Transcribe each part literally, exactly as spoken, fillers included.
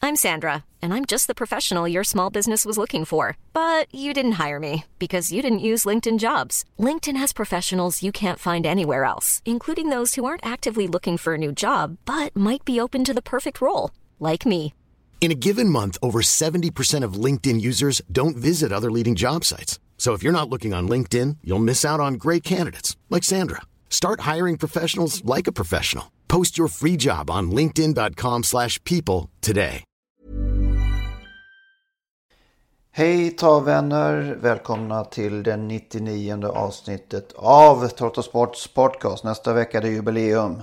I'm Sandra, and I'm just the professional your small business was looking for. But you didn't hire me because you didn't use LinkedIn Jobs. LinkedIn has professionals you can't find anywhere else, including those who aren't actively looking for a new job, but might be open to the perfect role, like me. In a given month, over seventy percent of LinkedIn users don't visit other leading job sites. So if you're not looking on LinkedIn, you'll miss out on great candidates like Sandra. Start hiring professionals like a professional. Post your free job on linkedin dot com slash people today. Hej travvänner, välkomna till det nittionionde avsnittet av Trottosports podcast. Nästa vecka är det jubileum.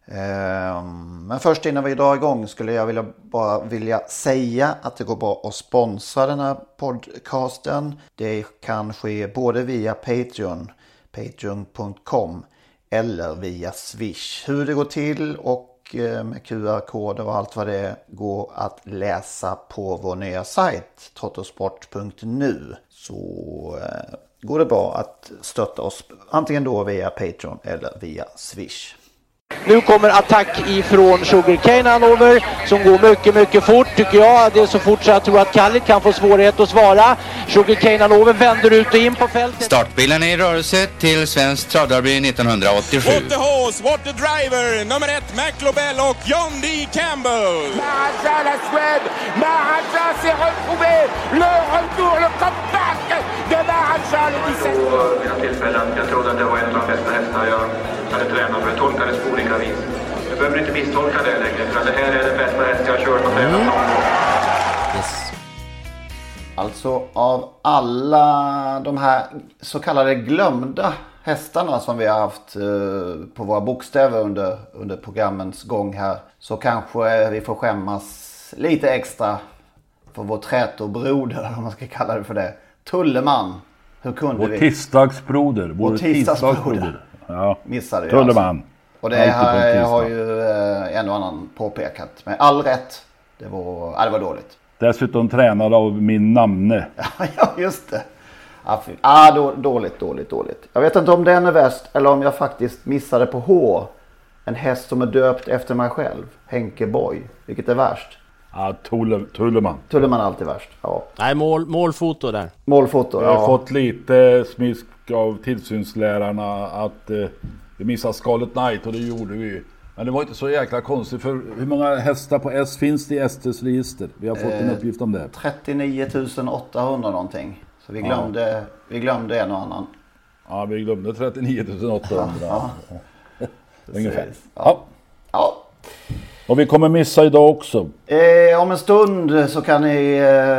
Men först innan vi drar igång skulle jag vilja bara vilja säga att det går bra att sponsra den här podcasten. Det kan ske både via Patreon, patreon punkt com eller via Swish. Hur det går till och med Q R-koder och allt vad det går att läsa på vår nya sajt trottosport punkt nu. Så eh, går det bra att stötta oss antingen då via Patreon eller via Swish. Nu kommer attack ifrån Sugarcane Hanover som går mycket, mycket fort tycker jag. Det är så fort så jag tror att Kallit kan få svårighet att svara. Sugarcane Hanover vänder ut och in på fältet. Startbilen är i rörelse till Svensk Travderby nittonhundraåttiosju. What the horse, what the driver, nummer ett McLobel och John D. Campbell. Maharaja la Suède, Maharaja s'est retrouvé, le retour, le comeback de Maharaja le dix-sept. Vid mina tillfällen, jag trodde att det var en av de bästa hästarna jag hade tränat för, jag tolkades på olika vis. Jag behöver inte misstolka det längre, för det här är den bästa häst jag har kört och tränat. Mm. Yes. Alltså av alla de här så kallade glömda hästarna som vi har haft eh, på våra bokstäver under, under programmens gång här, så kanske vi får skämmas lite extra för vår trätobroder, om man ska kalla det för det. Tulleman, hur kunde vår vi? Tisdagsbroder. Vår tisdagsbroder. Ja. Missade jag. Tulleman. Alltså. Och det här har ju eh, en och annan påpekat. Med all rätt. Det var, ja, det var dåligt. Dessutom tränad av min namne. Ja, just det. Ja, ah, då, dåligt, dåligt, dåligt. Jag vet inte om den är värst eller om jag faktiskt missade på H. En häst som är döpt efter mig själv. Henke Boy. Vilket är värst? Ja, Tulle, Tulleman. Tulleman är alltid värst. Ja. Nej, mål, målfoto där. Målfoto, jag har ja. fått lite smisk av tillsynslärarna att eh, vi missade Scarlet Knight, och det gjorde vi. Men det var inte så jäkla konstigt, för hur många hästar på S finns det i S T:s register? Vi har fått eh, en uppgift om det. trettionio tusen åttahundra någonting. Så vi glömde, ja. vi glömde en och annan. Ja, vi glömde trettionio tusen åttahundra. Ja. Ungefär. Ja. Ja. Ja. Och vi kommer missa idag också. Eh, om en stund så kan ni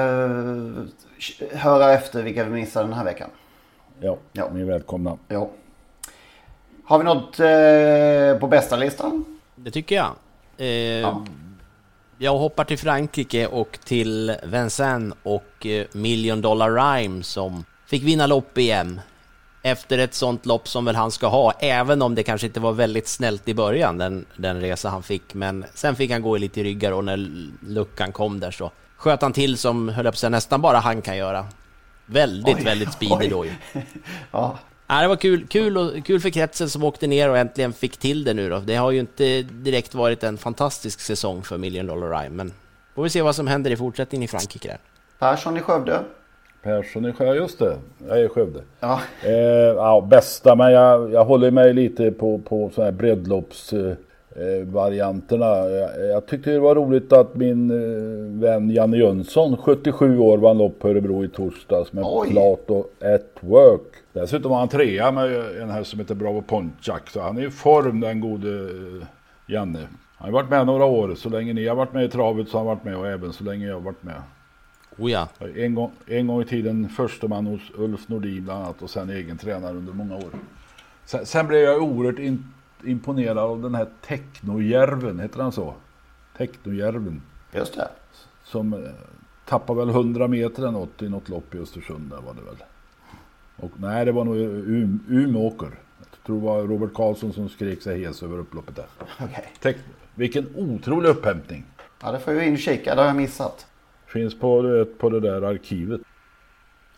eh, höra efter vilka vi missar den här veckan. Ja, ja. Ni är välkomna. Ja. Har vi något eh, på bästa listan? Det tycker jag. Eh, ja. Jag hoppar till Frankrike och till Vincennes och eh, Million Dollar Rhyme som fick vinna lopp igen. Efter ett sånt lopp som väl han ska ha, även om det kanske inte var väldigt snällt i början, den, den resa han fick. Men sen fick han gå i lite ryggar, och när luckan kom där så sköt han till som höll upp sig nästan bara han kan göra. Väldigt, oj, väldigt speedy då ju. Ja. Ja, det var kul, kul, och, kul för kretsen som åkte ner och äntligen fick till det nu då. Det har ju inte direkt varit en fantastisk säsong för Million Dollar Rhyme, men får vi se vad som händer i fortsättningen i Frankrike där. Persson i Skövde. Persson i Skövde, just det. Jag är i Skövde. Ja. Eh, ja, bästa, men jag, jag håller mig lite på, på sådana här breddlopps eh, varianterna. Jag, jag tyckte det var roligt att min eh, vän Janne Jönsson, sjuttiosju år, vann lopp på Örebro i torsdags med Oj. Klart och ett work. Dessutom var han trea med en här som heter Bravo Pontiac, så han är i form, den gode eh, Janne. Han har varit med några år, så länge ni har varit med i travet så har han varit med, och även så länge jag har varit med. Oh ja. En gång, en gång i tiden första man hos Ulf Nordin bland annat, och sen egen tränare under många år. Sen, sen blev jag oerhört in, imponerad av den här Technojärven, heter han så? Technojärven. Just det. Som eh, tappade väl hundra meter eller något i något lopp i Östersund, där var det väl. Och nej, det var nog um, Umeåker. Jag tror det var Robert Karlsson som skrek sig hes över upploppet där. Okej. Teck, vilken otrolig upphämtning. Ja, det får vi in och kika, det har jag missat. Finns på, på det där arkivet.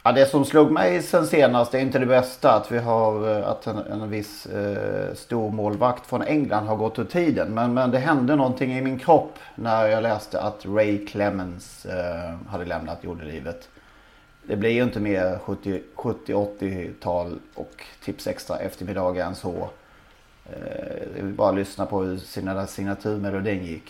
Ja, det som slog mig sen senast är inte det bästa att vi har att en, en viss eh, stor målvakt från England har gått ur tiden. Men, men det hände någonting i min kropp när jag läste att Ray Clemens eh, hade lämnat jordelivet. Det blir ju inte mer sjuttio-åttiotal och tips extra eftermiddagar än så. Eh, jag vill bara lyssna på hur sina signaturmelodin gick.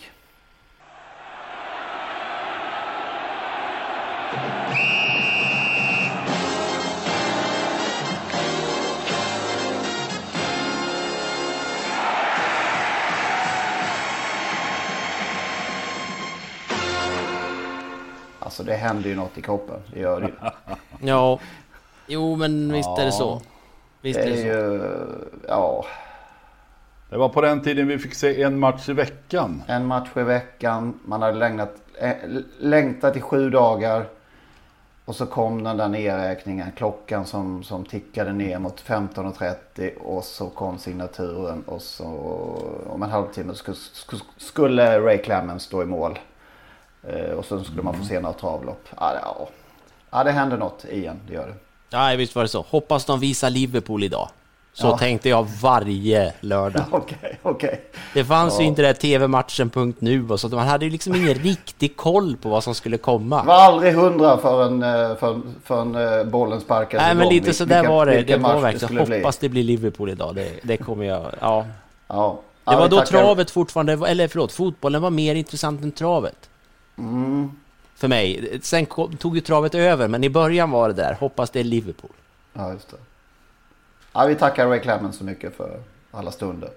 Alltså det händer ju något i kroppen, det gör det ju. Ja, jo men visst ja, är det så. Visst det är det så. Ju, ja. Det var på den tiden vi fick se en match i veckan. En match i veckan, man hade längtat, äh, längtat i sju dagar. Och så kom den där nedräkningen, klockan som, som tickade ner mot femton och trettio. Och så kom signaturen och så om en halvtimme skulle, skulle Ray Clemens stå i mål. Och så skulle man få se några travlopp. Ja, ja. ja, det händer något igen, det gör det. Ja, visst var det så. Hoppas de visar Liverpool idag. Så ja. Tänkte jag varje lördag. Okej, okay, okej. Okay. Det fanns ja. ju inte det tv-matchen punkt nu och så. Man hade ju liksom ingen riktig koll på vad som skulle komma. Det var aldrig hundra för en, för, för en bollen sparkades. Nej, men lite så där var det. Det var verkligen. Det hoppas bli. det blir Liverpool idag. Det, det kommer jag, ja. ja. Det var ja, då tackar. Travet fortfarande, eller förlåt, fotbollen var mer intressant än travet. Mm. För mig. Sen kom, tog ju travet över, men i början var det där. Hoppas det är Liverpool. Ja, just det. Ja, vi tackar Ray Clemens så mycket för alla stunder.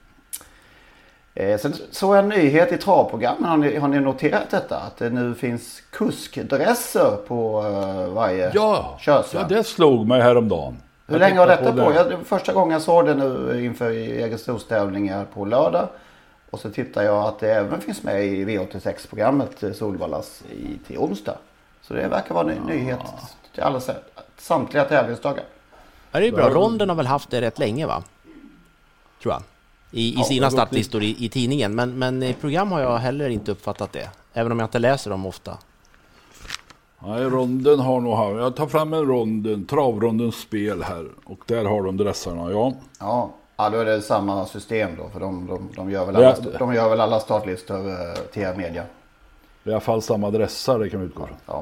Eh, sen så en nyhet i travprogrammen. Har ni, har ni noterat detta? Att det nu finns kuskdresser på uh, varje ja, körsvän. Ja, det slog mig häromdagen. Hur länge var detta på? på? Jag, första gången jag såg det nu inför Jägerstorstävlingar på lördag. Och så tittar jag att det även finns med i V åttiosex-programmet Solvallas i, till onsdag. Så det verkar vara en nyhet till alla samtliga tävlingsdagar. Ja, det är bra. Ronden har väl haft det rätt länge, va? Tror jag. I, i ja, sina startlistor i, i tidningen. Men, men i program har jag heller inte uppfattat det. Även om jag inte läser dem ofta. Nej, ronden har nog här. Jag tar fram en ronden, travrondens spel här. Och där har de dressarna, ja. Ja. Ja, då är det samma system då, för de, de, de, gör, väl alla, de gör väl alla startlistor eh, till media. Det är i alla fall samma adressar, det kan vi utgå från. Ja.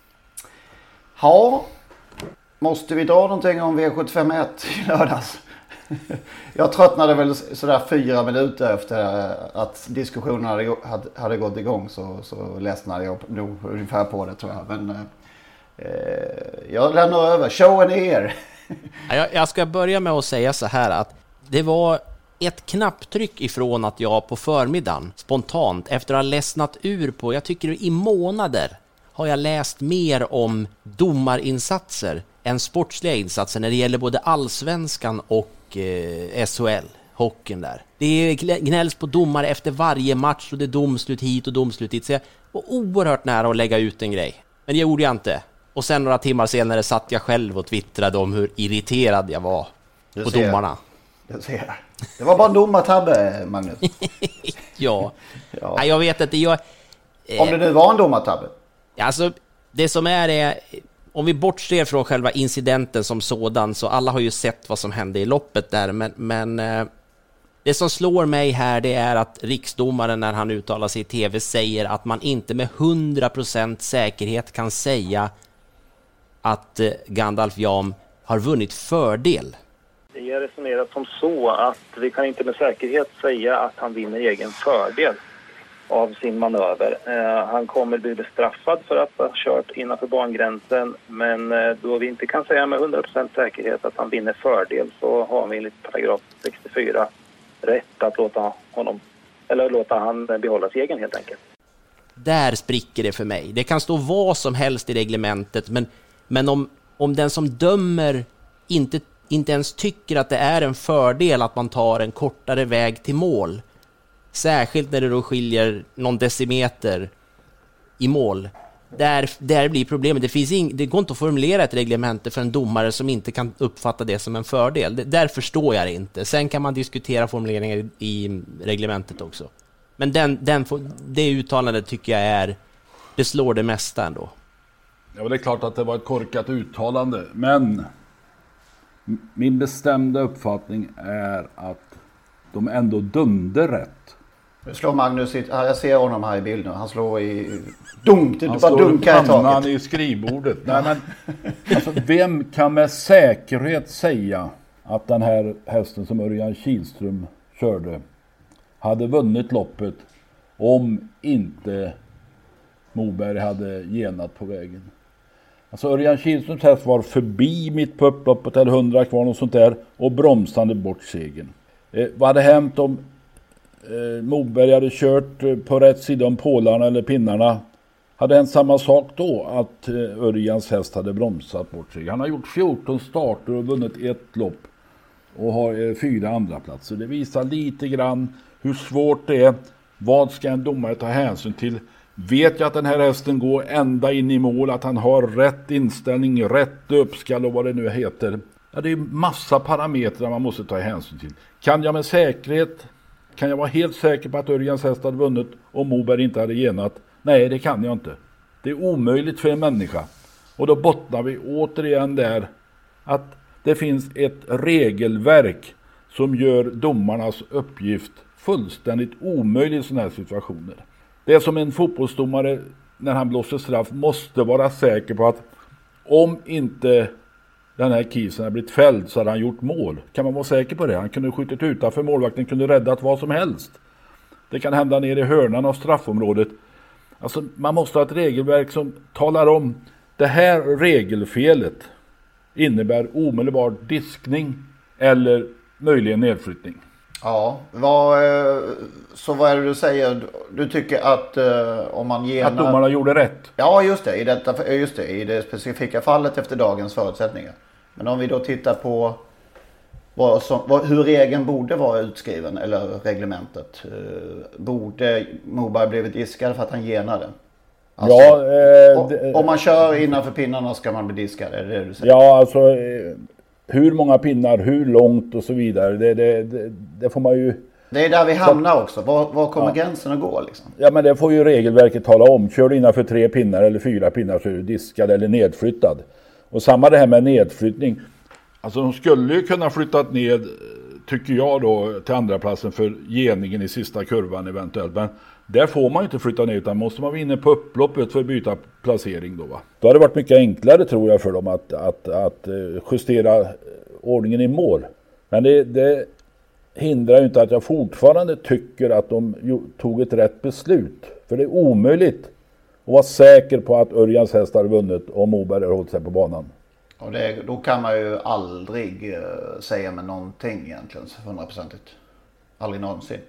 Ja, måste vi dra någonting om V sjuttiofem ett i lördags? Jag tröttnade väl sådär fyra minuter efter att diskussionen hade, hade, hade gått igång, så, så ledsnade jag nog ungefär på det, tror jag. Men eh, jag lämnar över. Showen är er. jag, jag ska börja med att säga så här att det var ett knapptryck ifrån att jag på förmiddagen spontant efter att ha ledsnat ur på, jag tycker i månader har jag läst mer om domarinsatser än sportsliga insatser när det gäller både allsvenskan och eh, S H L, hockeyn där. Det gnälls på domare efter varje match och det är domslut hit och domslut hit. Så jag var oerhört nära att lägga ut en grej. Men det gjorde jag inte. Och sen några timmar senare satt jag själv och twittrade om hur irriterad jag var du på ser, domarna. Jag ser. Det var bara en domartabbe, Magnus. ja. ja. Nej, jag vet inte. Jag, eh, om det nu var en domartabbe? Alltså, det som är är... Om vi bortser från själva incidenten som sådan, så alla har ju sett vad som hände i loppet där. Men, men eh, det som slår mig här, det är att riksdomaren när han uttalar sig i tv säger att man inte med hundra procent säkerhet kan säga att eh, Gandalf Jam har vunnit fördel. Det är resonerat som så att vi kan inte med säkerhet säga att han vinner egen fördel av sin manöver. Eh, han kommer bli bestraffad för att ha kört innanför bangränsen, men eh, då vi inte kan säga med hundra procent säkerhet att han vinner fördel, så har vi enligt paragraf sextiofyra rätt att låta honom, eller låta han behålla sin egen helt enkelt. Där spricker det för mig. Det kan stå vad som helst i reglementet, men, men om, om den som dömer inte, inte ens tycker att det är en fördel att man tar en kortare väg till mål, särskilt när det då skiljer någon decimeter i mål, där, där blir problemet. Det, finns ing, det går inte att formulera ett reglemente för en domare som inte kan uppfatta det som en fördel. Det, där förstår jag det inte. Sen kan man diskutera formuleringar i, i reglementet också. Men den, den, det uttalandet tycker jag är, det slår det mesta ändå. Ja, det är klart att det var ett korkat uttalande, men min bestämda uppfattning är att de ändå dömde rätt. Slår Magnus, jag ser honom här i bilden, han slår i dunk, det han bara dunkar i taket. Han i skrivbordet. Nej, men, alltså, vem kan med säkerhet säga att den här hästen som Örjan Kihlström körde hade vunnit loppet om inte Moberg hade genat på vägen? Alltså Örjan Kihlströms häst var förbi mitt på upploppet eller hundra kvar och sånt där och bromsade bort segern. Eh, vad hade hänt om eh, Moberg hade kört eh, på rätt sida om pålarna eller pinnarna? Hade hänt samma sak då, att eh, Örjans häst hade bromsat bort sig? Han har gjort fjorton starter och vunnit ett lopp och har eh, fyra andra platser. Det visar lite grann hur svårt det är. Vad ska en domare ta hänsyn till? Vet jag att den här hästen går ända in i mål, att han har rätt inställning, rätt uppskall och vad det nu heter. Ja, det är massa parametrar man måste ta hänsyn till. Kan jag med säkerhet, kan jag vara helt säker på att Örjans häst hade vunnit om Moberg inte hade genat? Nej, det kan jag inte. Det är omöjligt för en människa. Och då bottnar vi återigen där att det finns ett regelverk som gör domarnas uppgift fullständigt omöjlig i sådana här situationer. Det är som en fotbollsdomare när han blåser straff måste vara säker på att om inte den här kisen har blivit fälld så hade han gjort mål. Kan man vara säker på det? Han kunde skjutit utanför målvakten, kunde räddat vad som helst. Det kan hända ner i hörnan av straffområdet. Alltså man måste ha ett regelverk som talar om det här regelfelet innebär omedelbar diskning eller möjligen nedflyttning. Ja, vad, så vad är det du säger? Du tycker att uh, om man genar... Att domarna gjorde rätt. Ja, just det, i detta, just det. I det specifika fallet efter dagens förutsättningar. Men om vi då tittar på vad som, vad, hur regeln borde vara utskriven, eller reglementet. Uh, borde Moberg blivit diskad för att han genade? Alltså, ja, eh, det, om man kör innanför pinnarna ska man bli diskad, är det det du säger? Ja, alltså... Eh, hur många pinnar, hur långt och så vidare. Det, det, det, det får man ju... Det är där vi hamnar så, också. Var, var kommer ja. gränsen att gå liksom? Ja, men det får ju regelverket tala om. Kör du innanför tre pinnar eller fyra pinnar så är du diskad eller nedflyttad. Och samma det här med nedflyttning. Alltså de skulle ju kunna flyttat ned, tycker jag då, till andra platsen för geningen i sista kurvan eventuellt. Men där får man ju inte flytta ner, utan måste man vara inne på upploppet för att byta placering då, va? Då hade det varit mycket enklare, tror jag, för dem att, att, att justera ordningen i mål. Men det, det hindrar ju inte att jag fortfarande tycker att de tog ett rätt beslut. För det är omöjligt att vara säker på att Örjans häst hade vunnit om Moberg har hållit sig på banan. Och det, då kan man ju aldrig uh, säga med någonting egentligen, hundraprocentigt. Aldrig någonsin.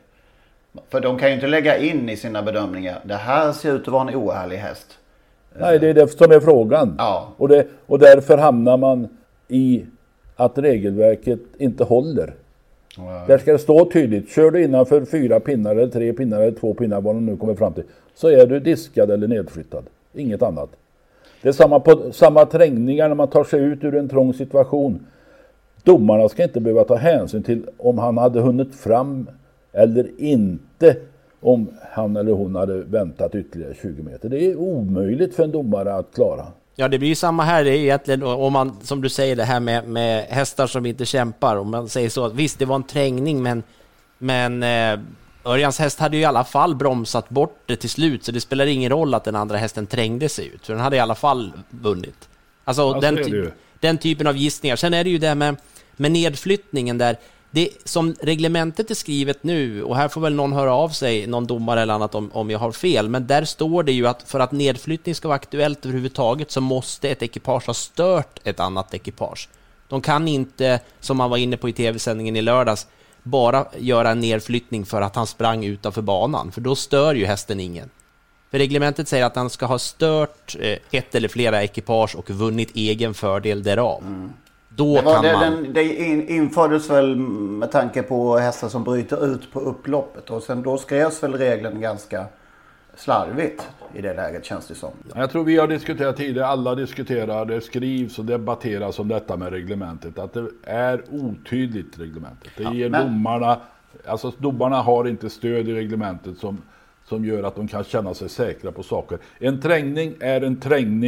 För de kan ju inte lägga in i sina bedömningar, det här ser ut att vara en oärlig häst. Nej, det är det som är frågan. Ja. Och, det, och därför hamnar man i att regelverket inte håller. Ja. Där ska det stå tydligt, kör du innanför fyra pinnar eller tre pinnar eller två pinnar, vad de nu kommer fram till, så är du diskad eller nedflyttad. Inget annat. Det är samma, på, samma trängningar när man tar sig ut ur en trång situation. Domarna ska inte behöva ta hänsyn till om han hade hunnit fram eller inte, om han eller hon hade väntat ytterligare tjugo meter. Det är omöjligt för en domare att klara. Ja, det blir ju samma här. Det är egentligen, om man, som du säger, det här med, med hästar som inte kämpar. Om man säger så, att visst, det var en trängning, men, men eh, Örjans häst hade ju i alla fall bromsat bort det till slut, så det spelar ingen roll att den andra hästen trängde sig ut, för den hade i alla fall vunnit. Alltså, alltså den, ty- den typen av gissningar. Sen är det ju det med, med nedflyttningen där. Det som reglementet är skrivet nu, och här får väl någon höra av sig, någon domare eller annat om, om jag har fel, men där står det ju att för att nedflyttning ska vara aktuellt överhuvudtaget så måste ett ekipage ha stört ett annat ekipage. De kan inte, som man var inne på i tv-sändningen i lördags, bara göra en nedflyttning för att han sprang utanför banan, för då stör ju hästen ingen. För reglementet säger att han ska ha stört ett eller flera ekipage och vunnit egen fördel därav. Mm. Då det, var, kan det, man... den, det infördes väl med tanke på hästar som bryter ut på upploppet, och sen då skrevs väl regeln ganska slarvigt i det läget, känns det som. Jag tror vi har diskuterat tidigare, alla diskuterar, det skrivs och debatteras om detta med reglementet, att det är otydligt reglementet. Det ger ja, men... domarna, alltså domarna har inte stöd i reglementet som, som gör att de kan känna sig säkra på saker. En trängning är en trängning.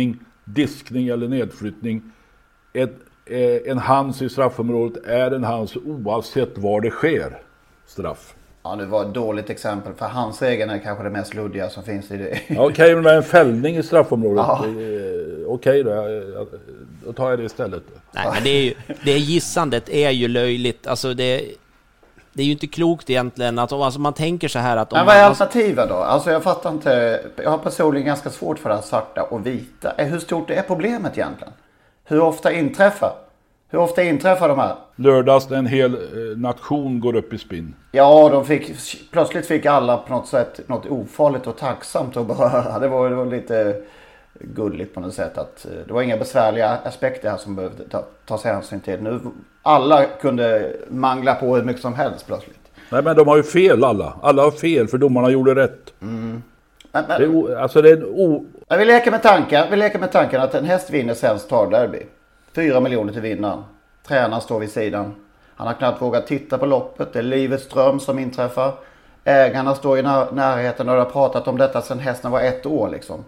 diskning eller nedflyttning. Ett, en hands i straffområdet är en hands oavsett var det sker. Straff. Ja, det var ett dåligt exempel. För hans regeln är kanske det mest luddiga som finns i det. Ja, okej, okay, men med en fällning i straffområdet. Ja. Okej okay då, då tar jag det istället. Nej, men det är ju, det gissandet är ju löjligt. Alltså det, det är ju inte klokt egentligen. Att, alltså man tänker så här att... Om men vad är man, alternativen då? Alltså jag fattar inte. Jag har personligen ganska svårt för det här svarta och vita. Hur stort är problemet egentligen? Hur ofta inträffar? Hur ofta inträffar de här? Lördags en hel eh, nation går upp i spinn. Ja, de fick, plötsligt fick alla på något sätt något ofarligt och tacksamt att beröra. Det var, det var lite gulligt på något sätt. Att, det var inga besvärliga aspekter här som behövde ta, tas hänsyn till. Nu, alla kunde mangla på hur mycket som helst plötsligt. Nej, men de har ju fel alla. Alla har fel för domarna gjorde rätt. Mm. Men, men, det är o, alltså det är en o... Vi leker med tanken, vi leker med tanken att en häst vinner Svensk Travderby. Fyra miljoner till vinnaren. Tränaren står vid sidan. Han har knappt vågat titta på loppet. Det är livets dröm som inträffar. Ägarna står i när- närheten och har pratat om detta sedan hästen var ett år liksom.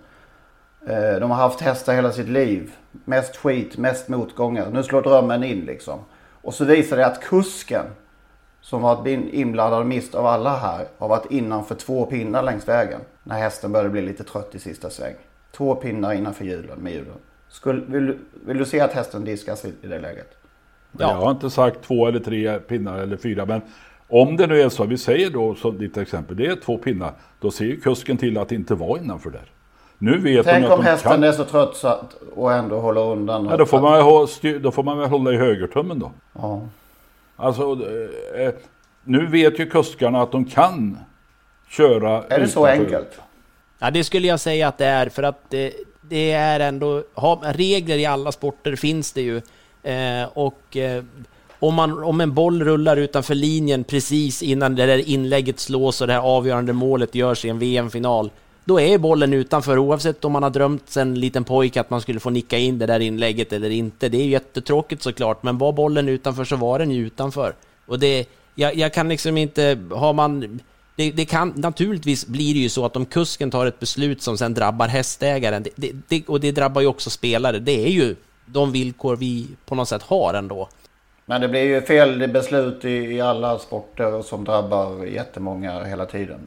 Eh, de har haft hästar hela sitt liv. Mest skit, mest motgångar. Nu slår drömmen in liksom. Och så visar det att kusken som var inblandad och mist av alla här har varit innanför två pinnar längs vägen. När hästen började bli lite trött i sista sväng. Två pinnar innanför hjulen med hjulen. Skulle, vill, vill du se att hästen diskas i, i det läget? Ja. Jag har inte sagt två eller tre pinnar eller fyra, men om det nu är så, vi säger då som ditt exempel, det är två pinnar, då ser ju kusken till att det inte var innanför där. Nu vet Tänk om att hästen kan... är så trött så att, och ändå håller undan. Ja, då får man ha, då får man väl hålla i högertummen då. Ja. Alltså, eh, nu vet ju kuskarna att de kan köra. Är det så enkelt? Ja, det skulle jag säga att det är, för att det, det är ändå, ha, regler i alla sporter finns det ju. Eh, och eh, om, man, om en boll rullar utanför linjen precis innan det där inlägget slås och det här avgörande målet görs i en V M-final, då är bollen utanför, oavsett om man har drömt sen en liten pojke att man skulle få nicka in det där inlägget eller inte. Det är ju jättetråkigt såklart, men var bollen utanför så var den ju utanför. Och det, jag, jag kan liksom inte, har man... Det, det kan, naturligtvis blir det ju så att om kusken tar ett beslut som sen drabbar hästägaren, det, det, det, och det drabbar ju också spelare, det är ju de villkor vi på något sätt har ändå. Men det blir ju fel beslut i, i alla sporter som drabbar jättemånga hela tiden.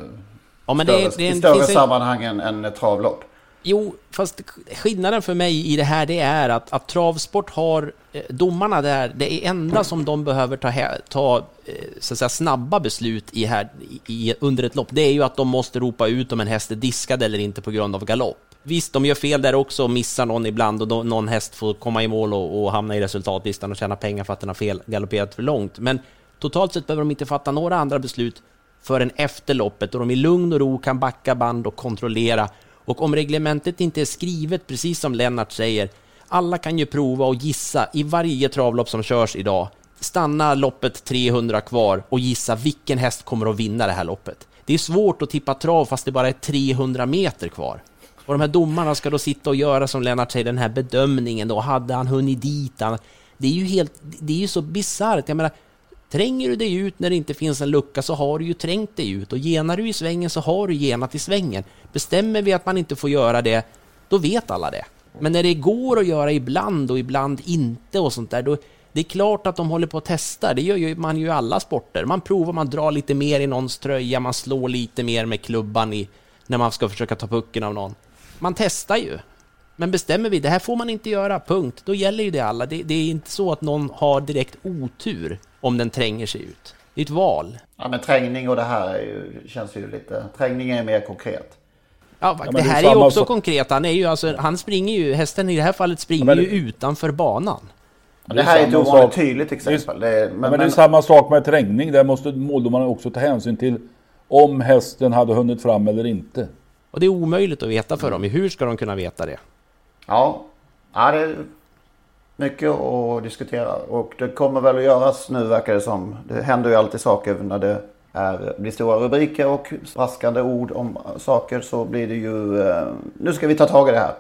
Ja, men större, det, det är en, i större finns sammanhang än, än ett travlopp. Jo, fast skillnaden för mig i det här, det är att, att travsport har eh, domarna där, det är enda som de behöver ta, ta eh, så att säga, snabba beslut i här, i, under ett lopp, det är ju att de måste ropa ut om en häst är diskad eller inte på grund av galopp. Visst, de gör fel där också och missar någon ibland och då, någon häst får komma i mål och, och hamna i resultatlistan och tjäna pengar för att den har fel, galopperat för långt. Men totalt sett behöver de inte fatta några andra beslut förrän efter loppet, och de i lugn och ro kan backa band och kontrollera. Och om reglementet inte är skrivet, precis som Lennart säger, alla kan ju prova och gissa i varje travlopp som körs idag. Stanna loppet trehundra kvar och gissa vilken häst kommer att vinna det här loppet. Det är svårt att tippa trav fast det bara är trehundra meter kvar. Och de här domarna ska då sitta och göra, som Lennart säger, den här bedömningen då. Hade han hunnit dit? Han... Det är ju helt, det är ju så bisarrt. Jag menar, tränger du dig ut när det inte finns en lucka så har du ju trängt dig ut. Och genar du i svängen så har du genat i svängen. Bestämmer vi att man inte får göra det, då vet alla det. Men när det går att göra ibland och ibland inte och sånt där, då det är klart att de håller på att testa. Det gör ju man ju i alla sporter. Man provar, man drar lite mer i någons tröja, man slår lite mer med klubban i, när man ska försöka ta pucken av någon. Man testar ju. Men bestämmer vi, det här får man inte göra, punkt. Då gäller ju det alla. Det, det är inte så att någon har direkt otur om den tränger sig ut. Det är ett val. Ja, men trängning och det här är ju, känns ju lite... Trängning är mer konkret. Ja, ja, det här är ju också så... konkret. Han, är ju, alltså, han springer ju, hästen i det här fallet springer ja, det... ju utanför banan. Det, det här är ett ovanligt tydligt exempel. Det är, det är, men, men, men det är men... samma sak med trängning. Där måste måldomarna också ta hänsyn till om hästen hade hunnit fram eller inte. Och det är omöjligt att veta för dem. Hur ska de kunna veta det? Ja, ja det är mycket att diskutera. Och det kommer väl att göras nu, verkar det som. Det händer ju alltid saker när det är, blir stora rubriker och braskande ord om saker, så blir det ju... Eh, nu ska vi ta tag i det här.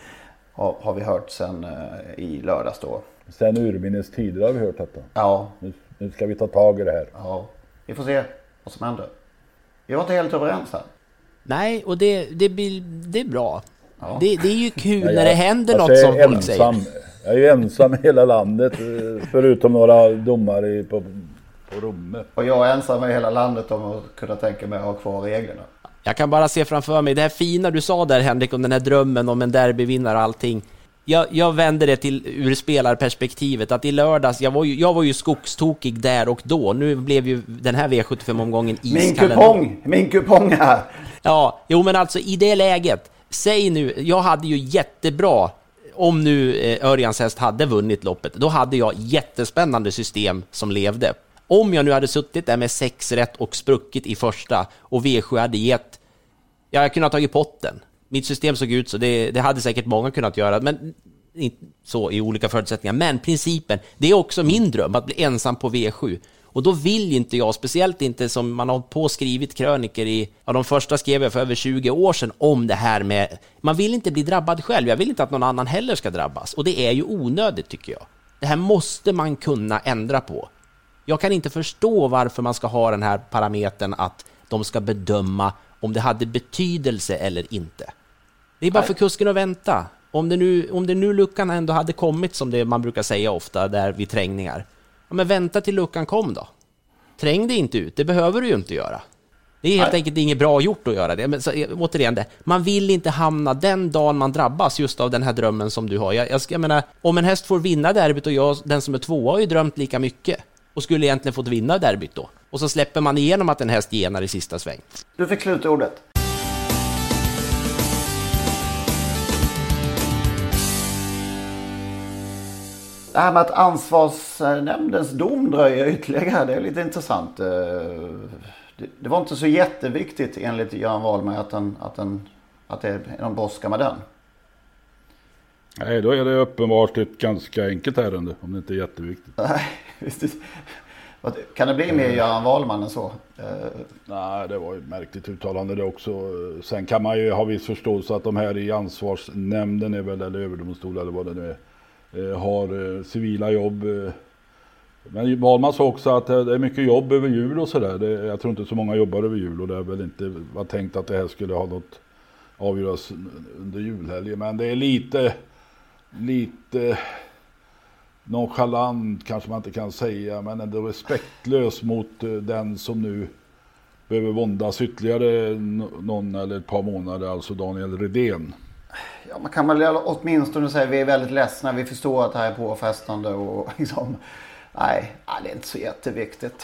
har, har vi hört sen eh, i lördags då. Sen urminnes tider har vi hört detta. Ja. Nu, nu ska vi ta tag i det här. Ja, vi får se vad som händer. Vi var inte helt överens här. Nej, och det, det, blir, det är bra. Ja. Det, det är ju kul ja, jag, när det händer alltså något som folk ensam, säger. Jag är ju ensam i hela landet förutom några domare på, på rummet. Och jag är ensam i hela landet om att kunna tänka mig att ha kvar reglerna. Jag kan bara se framför mig det här fina du sa där, Henrik, om den här drömmen om en derbyvinnare och allting. Jag, jag vänder det till ur spelarperspektivet att i lördags, jag var ju, jag var ju skogstokig där och då. Nu blev ju den här V sjuttiofem-omgången iskall. Min kupong, min kupong här. Ja, jo men alltså i det läget, säg nu, jag hade ju jättebra, om nu eh, Örjans häst hade vunnit loppet, då hade jag jättespännande system som levde. Om jag nu hade suttit där med sex rätt och spruckit i första och V sju hade gett, ja, jag kunde ha tagit potten. Mitt system såg ut så, det, det hade säkert många kunnat göra, men inte så i olika förutsättningar. Men principen, det är också min dröm att bli ensam på V sju. Och då vill inte jag, speciellt inte som man har påskrivit kröniker i, ja, de första skrev jag för över tjugo år sedan om det här med, man vill inte bli drabbad själv, jag vill inte att någon annan heller ska drabbas. Och det är ju onödigt tycker jag. Det här måste man kunna ändra på. Jag kan inte förstå varför man ska ha den här parametern att de ska bedöma om det hade betydelse eller inte. Det är bara för kusken att vänta. Om det nu, om det nu luckan ändå hade kommit, som det man brukar säga ofta där vid trängningar. Ja, men vänta till luckan kom då. Träng det inte ut, det behöver du ju inte göra. Det är helt Nej. enkelt inget bra gjort att göra det. Men så, återigen det, man vill inte hamna den dagen man drabbas just av den här drömmen som du har. Jag, jag, jag menar, om en häst får vinna derbyt och jag, den som är tvåa, har ju drömt lika mycket. Och skulle egentligen fått vinna derbyt då. Och så släpper man igenom att en häst genar i sista sväng. Du fick slutordet. Det här med att ansvarsnämndens dom dröjer ytterligare, det är lite intressant. Det var inte så jätteviktigt enligt Göran Wahlberg att, den, att, den, att det är någon brådska med den. Nej, då är det uppenbart ett ganska enkelt ärende, om det inte är jätteviktigt. Nej, visst. Kan det bli mer Göran Wahlman än så? Nej, det var ju ett märkligt uttalande det också. Sen kan man ju ha viss förståelse att de här i ansvarsnämnden är väl, eller överdomstol eller vad det nu är, har civila jobb. Men Wahlman sa också att det är mycket jobb över jul och sådär. Jag tror inte så många jobbar över jul och det är väl inte var tänkt att det här skulle ha något avgöras under julhelgen. Men det är lite lite nonchalant kanske man inte kan säga, men ändå respektlös mot den som nu behöver våndas ytterligare någon eller ett par månader, alltså Daniel Redén. Ja, man kan väl åtminstone säga att vi är väldigt ledsna, vi förstår att det här är påfrestande och liksom, nej, det är inte så jätteviktigt.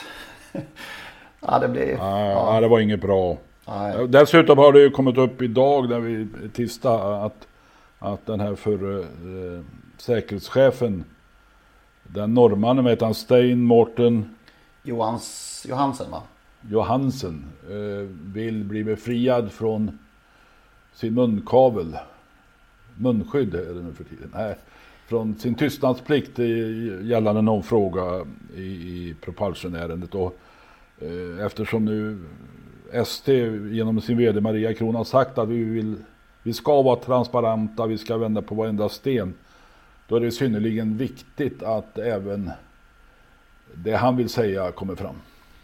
Ja, det blir... Ja, ja. Det var inget bra. Nej. Dessutom har det ju kommit upp idag när vi tisdag att, att den här för eh, säkerhetschefen, den norrmannen heter han Stein Morten Johans, Johansen va? Johansen eh, vill bli befriad från sin munkavel. Munskydd är det nu för tiden. Nej, från sin tystnadsplikt gällande någon fråga i, i propulsion-ärendet. Och, eh, eftersom nu S T genom sin vd Maria Kron har sagt att vi, vill, vi ska vara transparenta, vi ska vända på varenda sten. Då är det synnerligen viktigt att även det han vill säga kommer fram.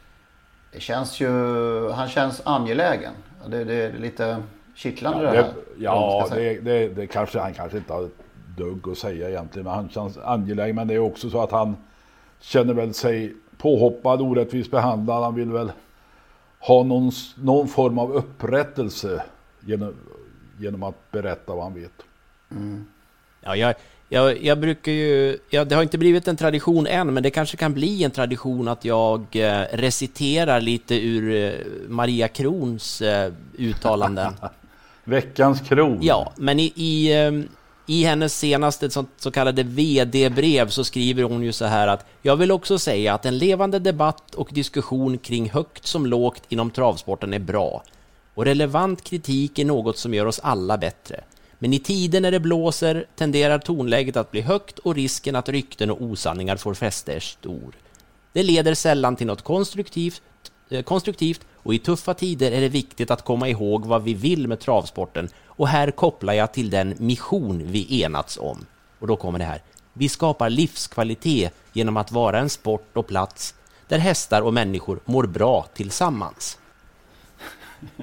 Det känns ju, han känns angelägen. Det, det är lite kittlande ja, det här. Ja, det, det, det kanske han kanske inte har dugg att säga egentligen. Men han känns angelägen. Men det är också så att han känner väl sig påhoppad, orättvis behandlad. Han vill väl ha någon, någon form av upprättelse genom, genom att berätta vad han vet. Mm. Ja, jag... Jag, jag brukar ju, ja, det har inte blivit en tradition än, men det kanske kan bli en tradition att jag eh, reciterar lite ur eh, Maria Krons eh, uttalanden. Veckans Kron. Ja, men i, i, eh, i hennes senaste så, så kallade V D-brev så skriver hon ju så här att jag vill också säga att en levande debatt och diskussion kring högt som lågt inom travsporten är bra. Och relevant kritik är något som gör oss alla bättre. Men i tiden när det blåser tenderar tonläget att bli högt och risken att rykten och osanningar får fäste är stor. Det leder sällan till något konstruktivt, eh, konstruktivt och i tuffa tider är det viktigt att komma ihåg vad vi vill med travsporten. Och här kopplar jag till den mission vi enats om. Och då kommer det här. Vi skapar livskvalitet genom att vara en sport och plats där hästar och människor mår bra tillsammans.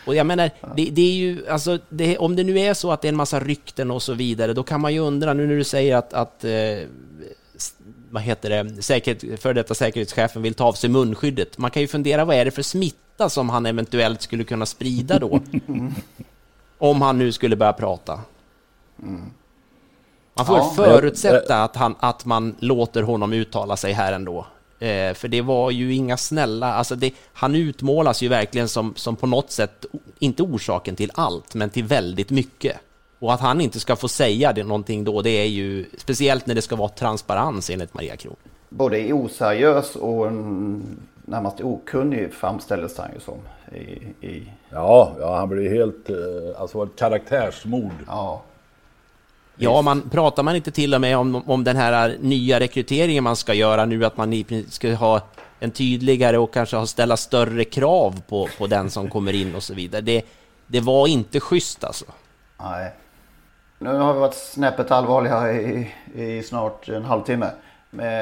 Och jag menar, det, det är ju, alltså, det, om det nu är så att det är en massa rykten och så vidare, då kan man ju undra, nu när du säger att, att eh, vad heter det, säkerhet, för detta säkerhetschefen vill ta av sig munskyddet. Man kan ju fundera, vad är det för smitta som han eventuellt skulle kunna sprida då? Om han nu skulle börja prata. Mm. Man får ja, förutsätta att, han, att man låter honom uttala sig här ändå. Eh, för det var ju inga snälla... Alltså det, han utmålas ju verkligen som, som på något sätt, inte orsaken till allt, men till väldigt mycket. Och att han inte ska få säga det någonting då, det är ju... Speciellt när det ska vara transparens enligt Maria Kron. Både oseriös och närmast okunnig framställdes han ju som. I, i... Ja, ja, han blev helt... Alltså ett karaktärsmord. Ja. Ja, man pratar man inte till och med om, om den här nya rekryteringen man ska göra nu, att man ska ha en tydligare och kanske ha ställa större krav på, på den som kommer in och så vidare. Det, det var inte schysst alltså. Nej. Nu har vi varit snäppet allvarliga i, i snart en halvtimme. Men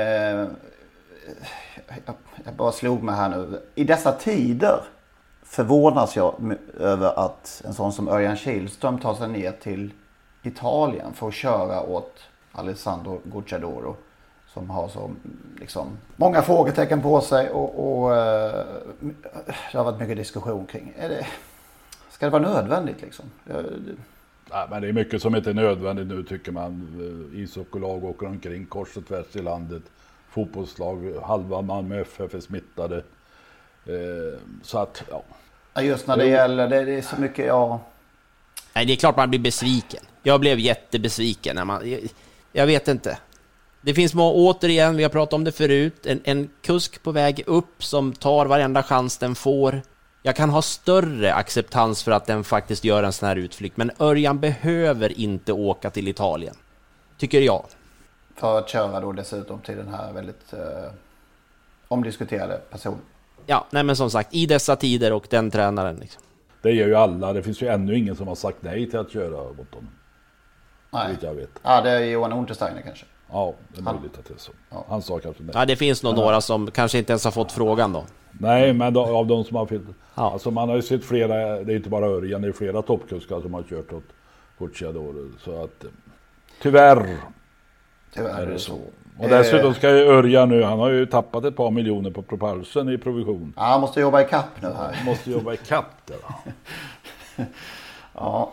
jag, jag bara slog mig här nu. I dessa tider förvånas jag över att en sån som Örjan Kihlström tar sig ner till Italien för att köra åt Alessandro Gocciadoro, som har så liksom många frågetecken på sig och, och uh, det har varit mycket diskussion kring. Är det, ska det vara nödvändigt liksom? Ja, men det är mycket som inte är nödvändigt nu, tycker man. Ishockeylag åker omkring kors och tvärs i landet. Fotbollslag, halva Malmö F F är smittade. Eh, så att, ja. Ja, just när det gäller, det, det är så mycket, ja. Nej, det är klart man blir besviken. Jag blev jättebesviken när man... Jag, jag vet inte. Det finns må, återigen, vi har pratat om det förut, en, en kusk på väg upp som tar varenda chans den får. Jag kan ha större acceptans för att den faktiskt gör en sån här utflykt. Men Örjan behöver inte åka till Italien, tycker jag. För att köra då dessutom till den här väldigt eh, omdiskuterade personen. Ja, nej men som sagt, i dessa tider och den tränaren liksom. Det gör ju alla. Det finns ju ännu ingen som har sagt nej till att köra mot honom. Nej. Jag vet. Ja, det är Johan Untersteiner kanske. Ja, det är möjligt att det är så. Ja. Han sa kanske nej. Ja, det finns nog ja. några som kanske inte ens har fått frågan då. Nej, men då, av de som har fått... Ja. Alltså man har ju sett flera, det är inte bara Örjan, det är flera toppkuskar som har kört åt Gocciadoro. Så att tyvärr, tyvärr är det så. Och dessutom ska ju Örjan nu, han har ju tappat ett par miljoner på propulsen i provision. Ja, han måste jobba i kapp nu här. Han måste jobba i kapp där. Ja.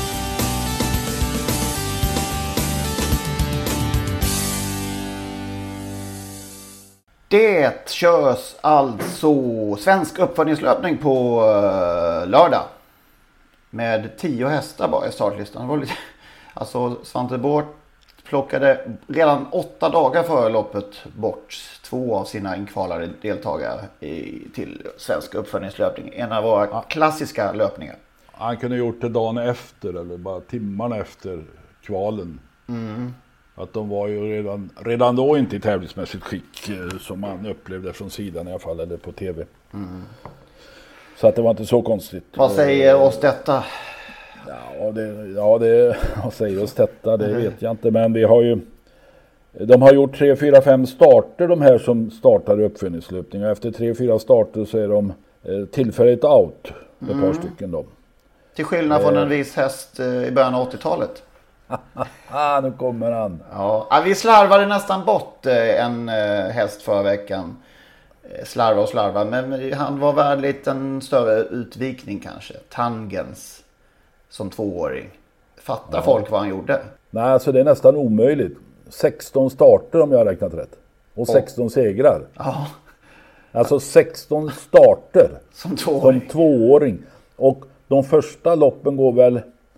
Det körs alltså svensk uppföljningslöpning på uh, lördag. Med tio hästar bara i startlistan. Det var lite, alltså Svante Båth plockade redan åtta dagar före loppet bort två av sina inkvalade deltagare i, till svensk uppföljningslöpning. En av våra ja. klassiska löpningar. Han kunde gjort det dagen efter eller bara timmarna efter kvalen. Mm. Att de var ju redan, redan då inte i tävlingsmässigt skick som man upplevde från sidan i alla fall, eller på tv. Mm. Så att det var inte så konstigt. Vad säger oss detta? Ja, det, ja det, vad säger oss detta, det mm. vet jag inte. Men vi har ju, de har gjort tre, fyra, fem starter, de här som startar i uppföljningslöpning. Och efter tre, fyra starter så är de eh, tillfälligt out, ett mm. par stycken då. Till skillnad eh. från en viss häst eh, i början av åttiotalet. Ah, nu kommer han. Ja, vi slarvade nästan bort en häst förra veckan. Slarva och slarva, men han var värd lite en större utvikning kanske. Tangens som tvååring. Fattar ja. folk vad han gjorde? Nej, alltså det är nästan omöjligt. sexton starter om jag har räknat rätt. Och sexton oh. segrar. Ja. Alltså sexton starter. Som tvååring. Som tvååring. Och de första loppen går väl...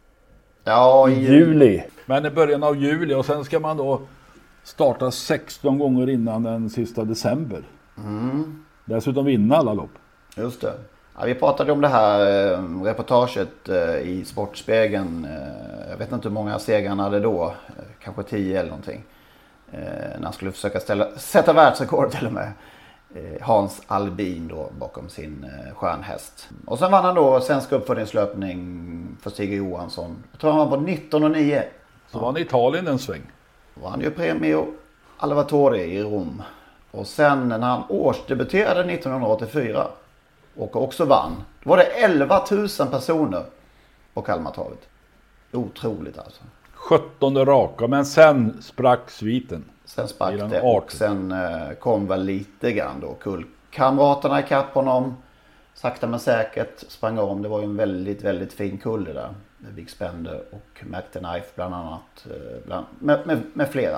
Ja, i juli. Men i början av juli, och sen ska man då starta sexton gånger innan den sista december. Mm. Dessutom vinna alla lopp. Just det. Ja, vi pratade om det här eh, reportaget eh, i Sportspegeln. Eh, jag vet inte hur många segrar han hade då. Eh, kanske tio eller någonting. Eh, när han skulle försöka ställa, sätta världsrekord till och med. Hans Albin då bakom sin eh, stjärnhäst. Och sen vann han då svensk uppföljningslöpning för Stig Johansson. Jag tror han var på nitton och nio. Så vann Italien en sväng. Vann ju Premio Alvatore i Rom. Och sen när han årsdebuterade nittonhundraåttiofyra och också vann. Då var det elva tusen personer på Kalmartravet. Otroligt alltså. sjuttonde raka, men sen sprack sviten. Sen sprack det och sen eh, kom väl lite grann då kullkamraterna ikapp honom. Sakta men säkert sprang om. Det var ju en väldigt, väldigt fin kull det där. Big Spender och Mac the Knife bland annat. Eh, bland, med, med, med flera.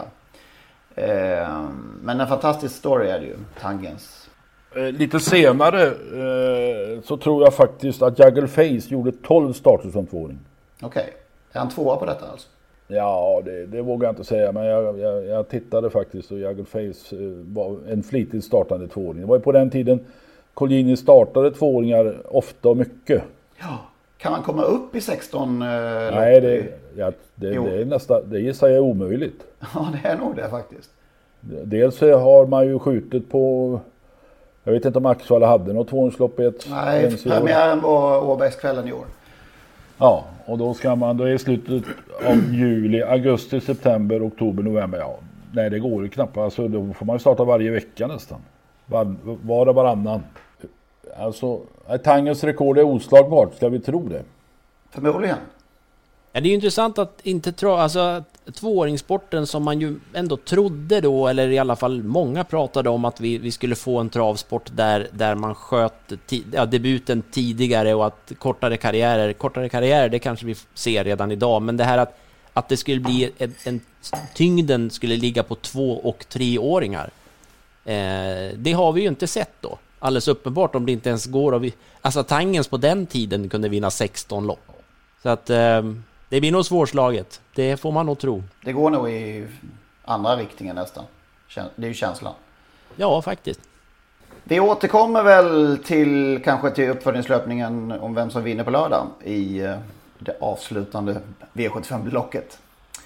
Eh, men en fantastisk story är det ju, Tangens. Eh, lite senare eh, så tror jag faktiskt att Jagger Face gjorde tolv starter som tvååring. Okej, okay. Är han tvåa på detta alltså? Ja, det, det vågar jag inte säga, men jag, jag, jag tittade faktiskt och Jagger Face eh, var en flitigt startande tvååring. Det var ju på den tiden Colgjini startade tvååringar ofta och mycket. Ja, kan man komma upp i sexton? Eh, Nej, det, ja, det, det är nästan, det gissar jag är omöjligt. Ja, det är nog det faktiskt. Dels har man ju skjutit på, jag vet inte om Axvalla hade något tvååringslopp i ett. Nej, premiären var Åbergskvällen i år. Ja, och då ska man, då är slutet av juli, augusti, september, oktober, november. Ja, nej, det går ju knappt. Alltså, då får man ju starta varje vecka nästan. Var, var och varannan. Alltså, Tangens rekord är oslagbart, ska vi tro det? Förmodligen. Ja, det är ju intressant att inte tro, alltså tvååringssporten som man ju ändå trodde då, eller i alla fall många pratade om att vi, vi skulle få en travsport där, där man sköt ti, ja, debuten tidigare och att kortare karriärer, kortare karriärer det kanske vi ser redan idag, men det här att, att det skulle bli en, en tyngden skulle ligga på två och treåringar, eh, det har vi ju inte sett då. Alldeles uppenbart om det inte ens går och vi, alltså Tangens på den tiden kunde vinna sexton lopp. Så att eh, det blir nog svårslaget. Det får man nog tro. Det går nog i andra riktningen nästan. Det är ju känslan. Ja, faktiskt. Vi återkommer väl till kanske till uppföljningslöpningen om vem som vinner på lördag i det avslutande V sjuttiofem-blocket.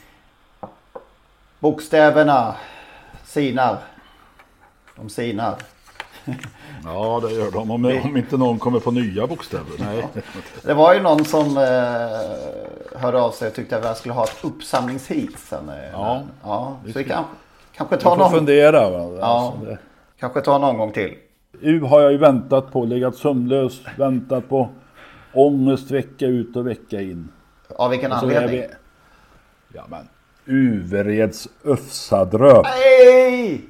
Bokstäverna sinar. De sinar. Ja, det gör de. Om, om inte någon kommer på nya bokstäver. Nej. Ja. Det var ju någon som eh, hörde av sig och tyckte att vi skulle ha ett uppsamlingshit sen. Eh, ja. ja. Så vi ska, kan, kanske ta någon... fundera. Va? Ja. Alltså, det... Kanske ta någon gång till. U har jag ju väntat på. Legat sömnlös. Väntat på ångest vecka ut och vecka in. Av vilken anledning? Vi... Ja, men Uvereds Öfsadröp. Nej!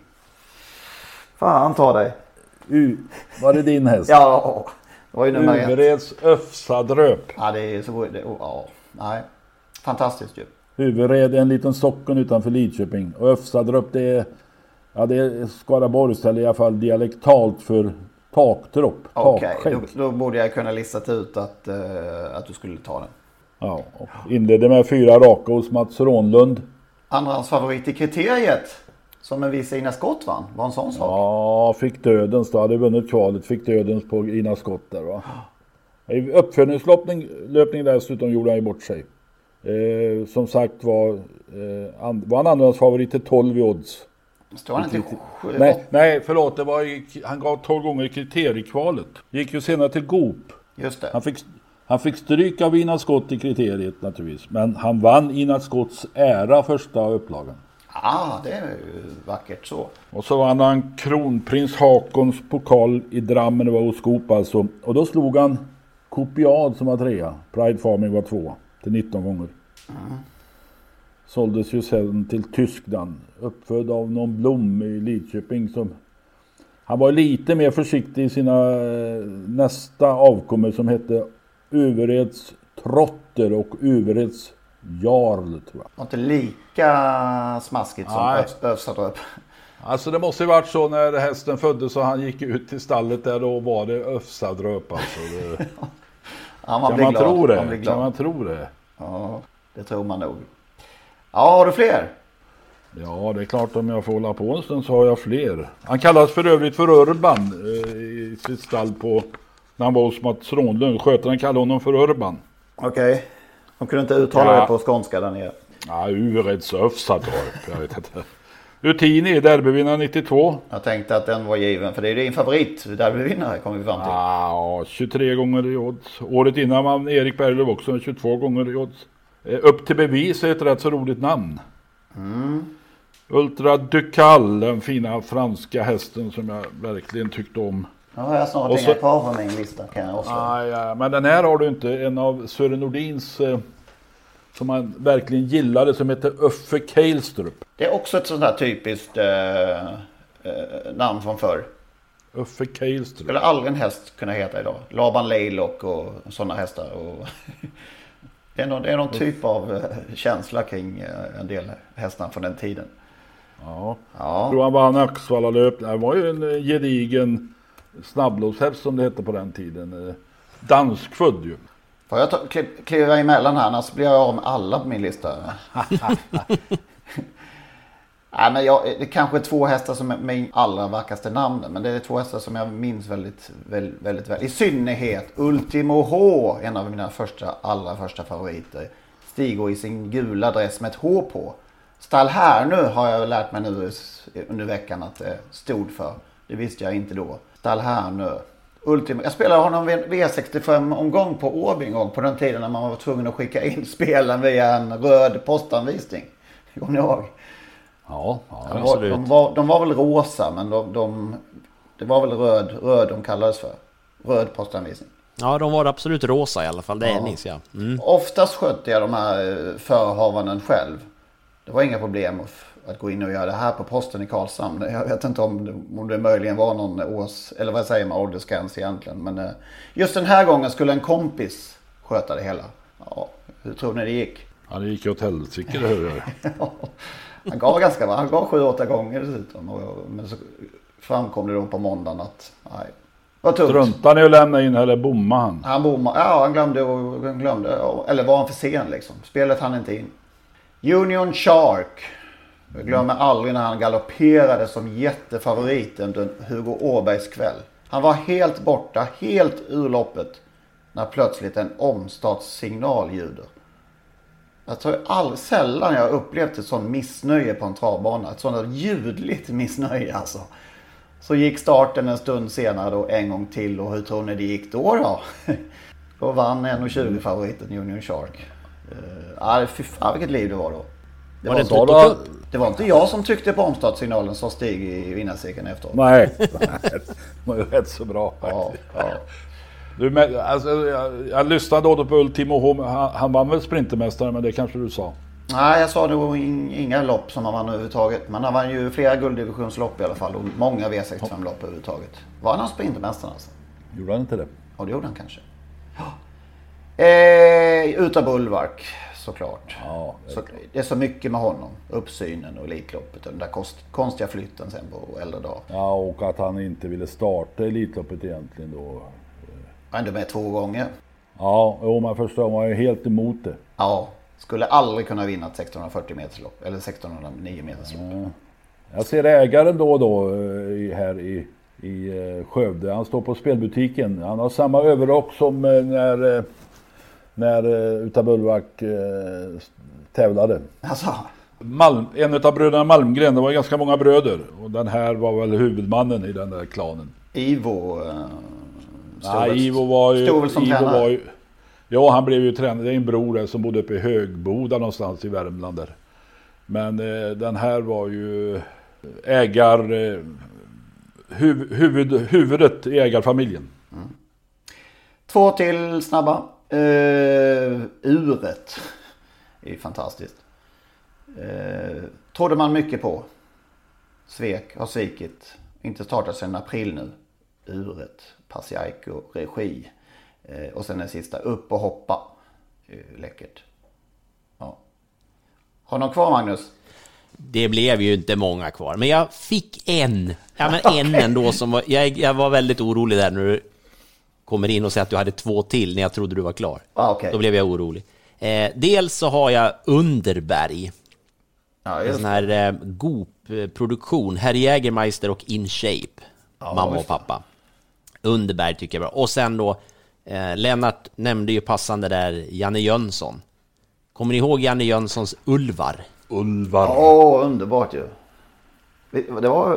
Fan, ta dig. U, var det din häst? Ja, det var ju nummer ett. Uvereds Öfsadröp. Ja, det är så... Det, ja, nej. Fantastiskt ju. Uvered är en liten socken utanför Lidköping. Och Öfsadröp det är... Ja, det är Skaraborgs eller i alla fall dialektalt för taktropp. Okej, okay, då, då borde jag kunna lista ut att, uh, att du skulle ta den. Ja, och inledde med fyra raka hos Mats Rånlund. Andrans favorit i kriteriet. Som en viss Ina Skott vann. Var en sån sak. Ja, fick dödens då. Hade vunnit kvalet. Fick dödens på Ina Skott där va. I uppföljningslöpning löpning dessutom gjorde han ju bort sig. Eh, som sagt var, eh, and, var han andrans favorit till tolv i odds. Står han inte sju? Nej, nej, förlåt. Det var i, han gav tolv gånger i kriteriekvalet. Gick ju senare till Goop. Just det. Han fick, han fick stryk av Ina Skott i kriteriet naturligtvis. Men han vann Ina Skotts ära första upplagan. Ah, det är ju vackert så. Och så vann han Kronprins Hakons pokal i Drammen, det var hos Goop alltså. Och då slog han Kopiad som var trea. Pride Farming var två till nitton gånger. Mm. Såldes ju sedan till Tyskland. Uppfödd av någon Blom i Lidköping. Som... Han var lite mer försiktig i sina nästa avkommor som hette Uvereds Trotter och Uvereds Jarl, tror jag. Var inte lika smaskigt som Öfsadröp. Alltså det måste ju varit så när hästen föddes och han gick ut till stallet där, då var det Öfsadröp alltså. Det... ja, man kan, man glad. Tro det? man blir glad. Kan man tro det? Ja, det tror man nog. Ja, har du fler? Ja, det är klart, om jag får hålla på en stund så har jag fler. Han kallas för övrigt för Urban eh, i sitt stall på, när han var hos Mats Rånlund. Skötaren kallade honom för Urban. Okej. Okay. De kunde inte uttala ja. det på skånska där nere. Ja, Uvereds Öfsadröp. Jag vet inte. Utini är derbyvinnare nittiotvå. Jag tänkte att den var given, för det är din favorit derbyvinnare kommer vi fram till. Ja, tjugotre gånger i odds. Året innan var Erik Berglöf också med tjugotvå gånger i odds. Upp till bevis är ett rätt så roligt namn. Mm. Ultra Ducal, den fina franska hästen som jag verkligen tyckte om. Nu har jag snart Och inga så, kvar på min lista kan jag också. Ah, ja, men den här har du inte. En av Sören Nordins eh, som man verkligen gillade som heter Uffe Keilstrup. Det är också ett sånt där typiskt eh, eh, namn från förr. Uffe Keilstrup. Skulle aldrig en häst kunna heta idag. Laban Leylock och sådana hästar. Och det är någon, det är någon typ av eh, känsla kring eh, en del hästar från den tiden. Ja, ja. Jag tror han vann Axvalla löp. Det var ju en gedigen snabbloppshäst som det hette på den tiden. Danskfödd ju. Får jag ta, kliva emellan här, annars blir jag av med alla på min lista. Nej, men jag, det är kanske två hästar som är min allra vackraste namn, men det är två hästar som jag minns väldigt, väldigt, väldigt väl. I synnerhet Ultimo H, en av mina första, allra första favoriter. Stiger i sin gula dress med ett H på. Stall här nu har jag lärt mig nu under veckan att det stod för. Det visste jag inte då. Stall här nu. Ultimo. Jag spelade honom V sextiofem-omgång på Åby en gång på den tiden när man var tvungen att skicka in spelen via en röd postanvisning. Kommer ni ihåg? Ja, ja de, var, de, var, de var väl rosa, men de, de, det var väl röd, röd de kallades för. Röd postanvisning. Ja, de var absolut rosa i alla fall, det ja. minns jag. Mm. Oftast skötte jag de här förhavanden själv. Det var inga problem att gå in och göra det här på posten i Karlshamn. Jag vet inte om det, om det möjligen var någon års, eller vad säger man, åldersgräns egentligen. Men just den här gången skulle en kompis sköta det hela. Ja, hur tror ni det gick? Ja, det gick åt helsike, det hör jag. Han gav ganska bra. Han gav sju, åtta gånger dessutom. Men så framkom det då på måndagen att nej. Vad tungt. Struntade ni att lämna in eller bomma han? Han bommade. Ja, han glömde och han glömde. Eller var han för sen liksom. Spelet hann inte in. Union Shark. Jag glömmer aldrig när han galopperade som jättefavorit under Hugo Åbergs kväll. Han var helt borta, helt ur loppet. När plötsligt en omstartssignal ljuder. Jag tror all, sällan jag upplevt ett sånt missnöje på en travbana. Ett sånt ljudligt missnöje alltså. Så gick starten en stund senare då en gång till. Och hur tror ni det gick då då? Då vann en och tjugo favoriten Union Shark. Ja, uh, fy fan vilket liv det var då. Det var, var, det, då, det var inte jag som tryckte på omstartssignalen som steg i vinnarcirkeln efteråt. Nej, det var ju rätt så bra faktiskt. Ja, ja. Du, alltså, jag, jag lyssnade då på Ultimo H. Han, han vann väl sprintermästare, men det kanske du sa. Nej, jag sa det var inga lopp som han vann överhuvudtaget. Men han vann ju flera gulddivisionslopp i alla fall. Och många V sextiofem-lopp överhuvudtaget. Var han sprintermästare alltså? Gjorde han inte det? Ja, det gjorde han kanske. Ja. Eh, utav Bulwark, såklart. Ja, det, är så, det är så mycket med honom. Uppsynen och Elitloppet. Och den där kost, konstiga flytten sen på äldre dag. Ja, och att han inte ville starta Elitloppet egentligen då. Ändå med två gånger. Ja, jo, men första gången var jag helt emot det. Ja, skulle aldrig kunna vinna ett sextonhundrafyrtio meterslopp. Eller sextonhundranio meterslopp. Ja. Jag ser ägaren då och då här i, i Skövde. Han står på spelbutiken. Han har samma överrock som när, när Utav Bulwark tävlade. Alltså. Malm, en av bröderna Malmgren, det var ganska många bröder. Och den här var väl huvudmannen i den där klanen. Ivo... Nej, Ivo var ju... Ivo var ju ja, han blev ju tränare. Det är en bror där som bodde uppe i Högboda någonstans i Värmland där. Men eh, den här var ju ägar... Eh, huv, huvud, huvudet i ägarfamiljen. Mm. Två till snabba. Uh, uret är fantastiskt. Uh, trodde man mycket på. Svek, har svikit. Inte startat sedan april nu. Uret. Pasiaiko, regi. Eh, och sen den sista, upp och hoppa. Eh, läckert. Ja. Har någon kvar, Magnus? Det blev ju inte många kvar. Men jag fick en. Ja, men en okay. ändå som var... Jag, jag var väldigt orolig där när du kommer in och säger att du hade två till när jag trodde du var klar. Ah, okay. Då blev jag orolig. Eh, dels så har jag Underberg. Ja, en sån här eh, Goop-produktion. Herr Jägermeister och In Shape. Ja, mamma och pappa. Underberg tycker jag är bra. Och sen då eh, Lennart nämnde ju passande där Janne Jönsson. Kommer ni ihåg Janne Jönssons Ulvar? Ulvar. Åh, underbart ju. Det var...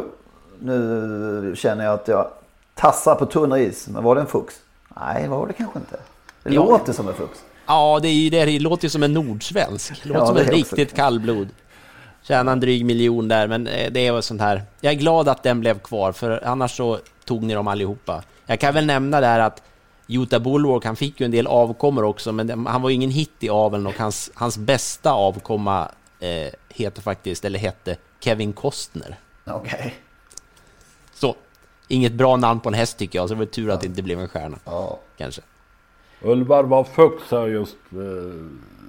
Nu känner jag att jag tassar på tunn is. Men var det en fux? Nej, var det kanske inte. Det ja. låter som en fux. Ja, det, är ju det, det låter ju som en nordsvensk. Det låter ja, som en riktigt kallblod. Tjäna en dryg miljon där, men det är sånt här. Jag är glad att den blev kvar, för annars så tog ni dem allihopa. Jag kan väl nämna där att Jota Bulwark, han fick ju en del avkommor också, men det, han var ju ingen hit i aveln, och hans, hans bästa avkomma eh, heter faktiskt, eller hette Kevin Costner. Okej. Okay. Så, inget bra namn på en häst tycker jag, så det var tur att det inte blev en stjärna. Ja. Kanske. Ulvar var Fuchs har just eh,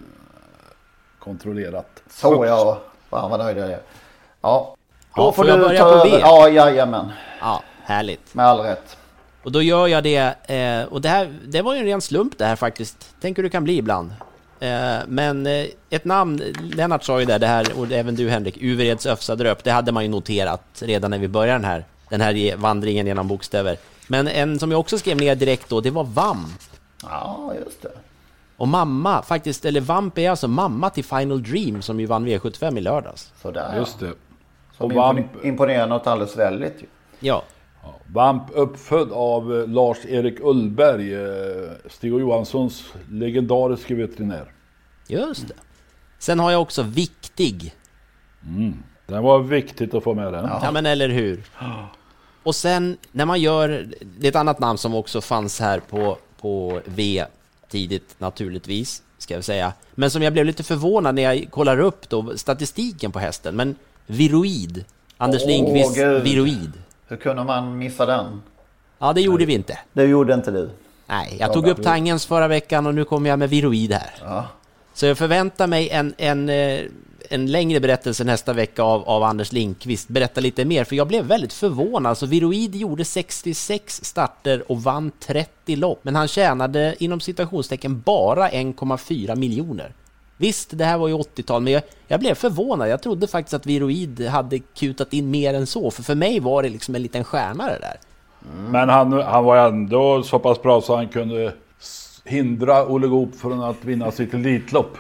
kontrollerat. Så Fuchs. ja, fan vad nöjd jag är. Ja. Då Ja, får, får jag du börja ta på över. V? Ja, jajamän. Ja, härligt. Med all rätt. Och då gör jag det, eh, och det här, det var ju en ren slump det här faktiskt. Tänk hur det kan bli ibland. Eh, men eh, ett namn, Lennart sa ju där, det här, och även du Henrik, Uvereds Öfsadröp, det hade man ju noterat redan när vi började den här, den här vandringen genom bokstäver. Men en som jag också skrev ner direkt då, det var V A M. Ja, just det. Och mamma, faktiskt, eller Vamp är alltså mamma till Final Dream som ju vann V sjuttiofem i lördags. Sådär, just det. Som och Vamp imponerar något alldeles väldigt ju. Ja. Ja, Vamp uppfödd av eh, Lars-Erik Ullberg, eh, Stig Johanssons legendariske veterinär. Just det. Sen har jag också Viktig. Mm. Den var viktigt att få med den. Ja, ja men eller hur. Och sen när man gör, det är ett annat namn som också fanns här på, på V tidigt naturligtvis, ska jag säga. Men som jag blev lite förvånad när jag kollar upp då statistiken på hästen. Men Viroid, Anders oh, Lindqvist Viroid. Hur kunde man missa den? Ja, det gjorde vi inte. Det gjorde inte du. Nej, jag tog upp Tangens förra veckan och nu kommer jag med Viroid här. Ja. Så jag förväntar mig en, en, en längre berättelse nästa vecka av, av Anders Lindqvist. Berätta lite mer, för jag blev väldigt förvånad. Alltså, Viroid gjorde sextiosex starter och vann trettio lopp. Men han tjänade inom citationstecken bara en komma fyra miljoner. Visst, det här var ju åttiotal, men jag, jag blev förvånad. Jag trodde faktiskt att Viroid hade kutat in mer än så. För för mig var det liksom en liten stjärna det där. Mm. Men han, han var ändå så pass bra så han kunde hindra Olle Goop från att vinna sitt elitlopp.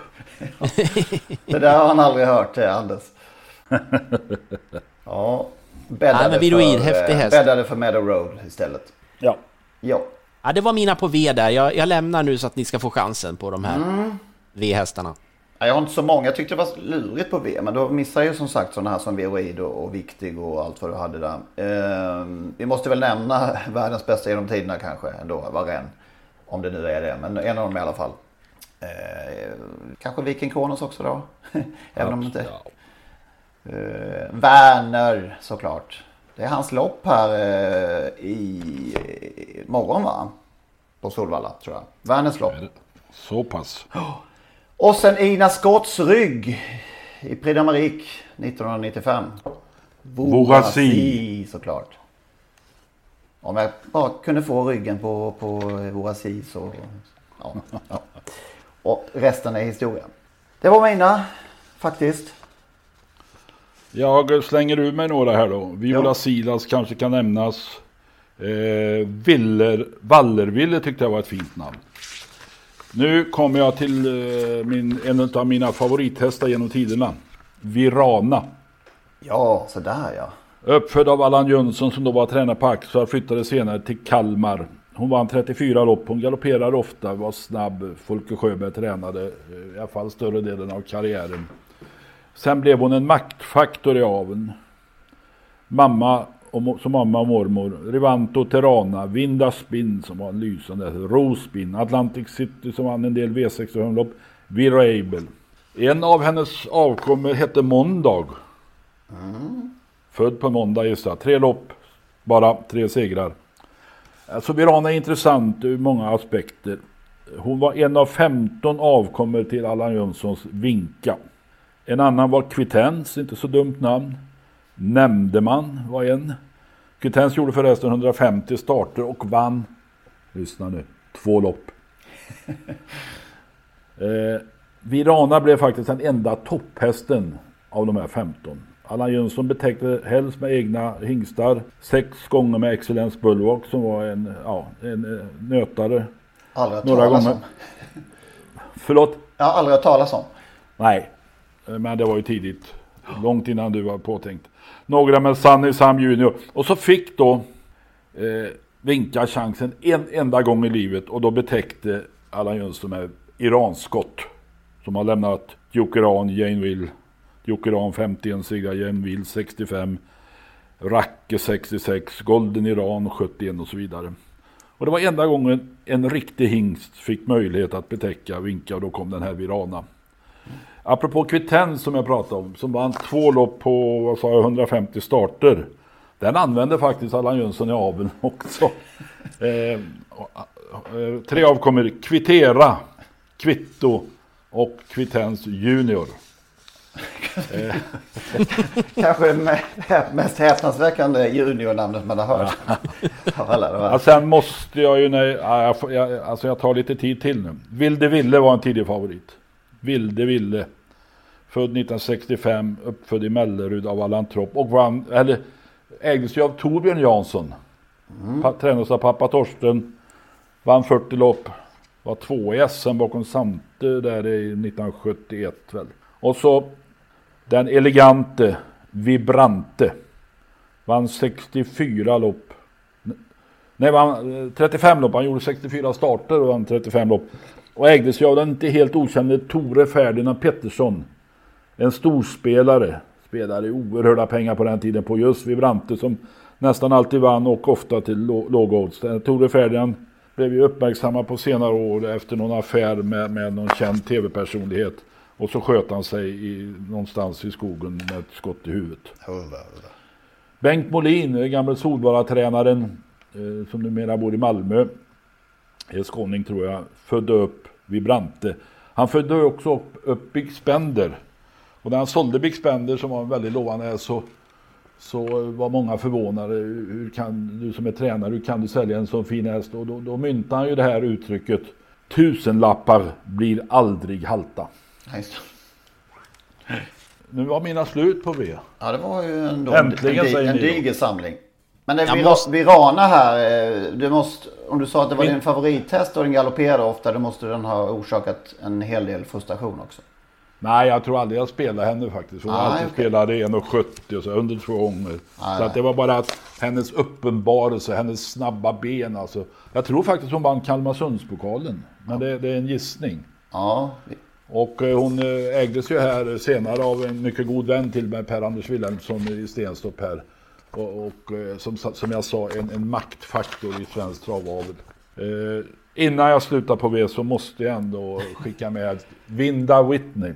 Det där har han aldrig hört, det Anders. Ja, bäddade, ja, Viroid, för, häftig häst. bäddade för Meadow Road istället. Ja. Ja. Ja, det var mina på V där. Jag, jag lämnar nu så att ni ska få chansen på de här mm. V-hästarna. Ja, jag har inte så många. Jag tyckte det var lurigt på V. Men då missar jag ju som sagt sådana här som Viroid och, och Viktig och allt vad du hade där. Eh, vi måste väl nämna världens bästa genom tiderna kanske ändå, Varenne. Om det nu är det, men en av dem i alla fall. Eh, kanske Viking Kronos också då. Även om det inte... Ja. Eh, Werner såklart. Det är hans lopp här eh, i eh, morgon va? På Solvalla tror jag. Werners lopp. Så pass. Oh. Och sen Ina Scotts rygg i Prix d'Amérique nittonhundranittiofem. Voraci såklart. Om jag bara kunde få ryggen på, på Voraci så... Ja, ja. Och resten är historia. Det var mina, faktiskt. Jag slänger ur mig några här då. Viola ja. Silas kanske kan nämnas. Eh, Viller, Vallerville tyckte jag var ett fint namn. Nu kommer jag till eh, min, en av mina favorithästar genom tiderna. Virana. Ja, så där ja. Uppfödd av Allan Jönsson som då var tränare på Axel, flyttade senare till Kalmar. Hon vann trettiofyra lopp, hon galopperade ofta, var snabb. Folke Sjöberg tränade i alla fall större delen av karriären. Sen blev hon en maktfaktor i aveln. Mamma och, som mamma och mormor. Rivanto Terrana, Vinda Spin som var en lysande. Rospin, Atlantic City som vann en del V sextiofem-lopp. Virable. En av hennes avkommor hette Måndag. Mm. Född på måndag just det. Tre lopp, bara tre segrar. Alltså Virana är intressant ur många aspekter. Hon var en av femton avkommor till Allan Jönssons Vinka. En annan var Kvittens, inte så dumt namn. Nämndeman var en. Kvittens gjorde förresten hundrafemtio starter och vann, lyssna nu, två lopp. eh, Virana blev faktiskt den enda topphästen av de här femton. Allan Jönsson betäckte helst med egna hingstar. Sex gånger med Excellence Bulwark som var en, ja, en nötare. Aldrig några gånger. Om. Förlåt? Jag har aldrig hört talas om. Nej, men det var ju tidigt. Långt innan du var påtänkt. Några med Sunny Sam Junior. Och så fick då eh, Vinka chansen en enda gång i livet. Och då betäckte Allan Jönsson med Iranskott. Som har lämnat Duke Iran, Jane Will, Jocke Ran femtioen segrar, Jämvil sextiofem, Racke sextiosex, Golden Iran sjuttioen och så vidare. Och det var enda gången en riktig hingst fick möjlighet att betäcka vinka och då kom den här Virana. Mm. Apropå Kvitens som jag pratade om, som vann två lopp på vad sa jag, hundrafemtio starter. Den använde faktiskt Allan Jönsson i aveln också. eh, tre avkommer Kvittera, Kvitto och Kvitens Junior. Kanske det mest häpnadsväckande juniornamnet man har hört. Ja. Ja, sen måste jag ju, nej, jag, jag, alltså jag tar lite tid till nu. Vilde Ville var en tidig favorit. Vilde Ville, född nittonhundrasextiofem, uppfödd i Mellerud av Allan Tropp och vann, eller ägdes ju av Torbjörn Jansson. Mm. Pa, tränades av pappa Torsten, vann fyrtio lopp, var två i S M bakom Samte där i nittonhundrasjuttioett väl. Och så den elegante Vibrante vann sextiofyra lopp. Nej, vann trettiofem lopp. Han gjorde sextiofyra starter och vann trettiofem lopp. Och ägdes ju av den inte helt okände Tore Ferdinand Pettersson. En storspelare. Spelade oerhörda pengar på den tiden på just Vibrante som nästan alltid vann och ofta till låga odds. Tore Ferdinand blev ju uppmärksamma på senare år efter någon affär med, med någon känd tv-personlighet. Och så sköt han sig i, någonstans i skogen med ett skott i huvudet. Bengt Molin, gamla Solvara-tränaren eh, som numera bor i Malmö. Är skåning tror jag. Födde upp Vibrante. Han födde också upp, upp Big Spender. Och när han sålde Big Spender som var en väldigt lovande så, så var många förvånade. Hur kan du som är tränare, hur kan du sälja en sån fin häst? Och då, då myntade han ju det här uttrycket. Tusenlappar blir aldrig halta. Nice. Nu var mina slut på V. Ja, det var ju ändå Äntligen, en, en, en diger diger samling. Men det Vira, måste... Virana här, du måste, om du sa att det var din favorithäst och den galopperade ofta, då måste den ha orsakat en hel del frustration också. Nej, jag tror aldrig jag spelade henne faktiskt. Hon ah, alltid okay. spelade en och sjuttio och så under två gånger. Ah, så att det var bara att hennes uppenbarelse, hennes snabba ben alltså. Jag tror faktiskt hon vann Kalmarsundspokalen, men det, det är en gissning. Ja. Och eh, hon eh, ägdes ju här senare av en mycket god vän till mig, Per-Anders Wilhelmsson i Stenstorp här. Och, och eh, som, som jag sa, en, en maktfaktor i svensk travavel. Eh, innan jag slutar på V så måste jag ändå skicka med Vinda Whitney.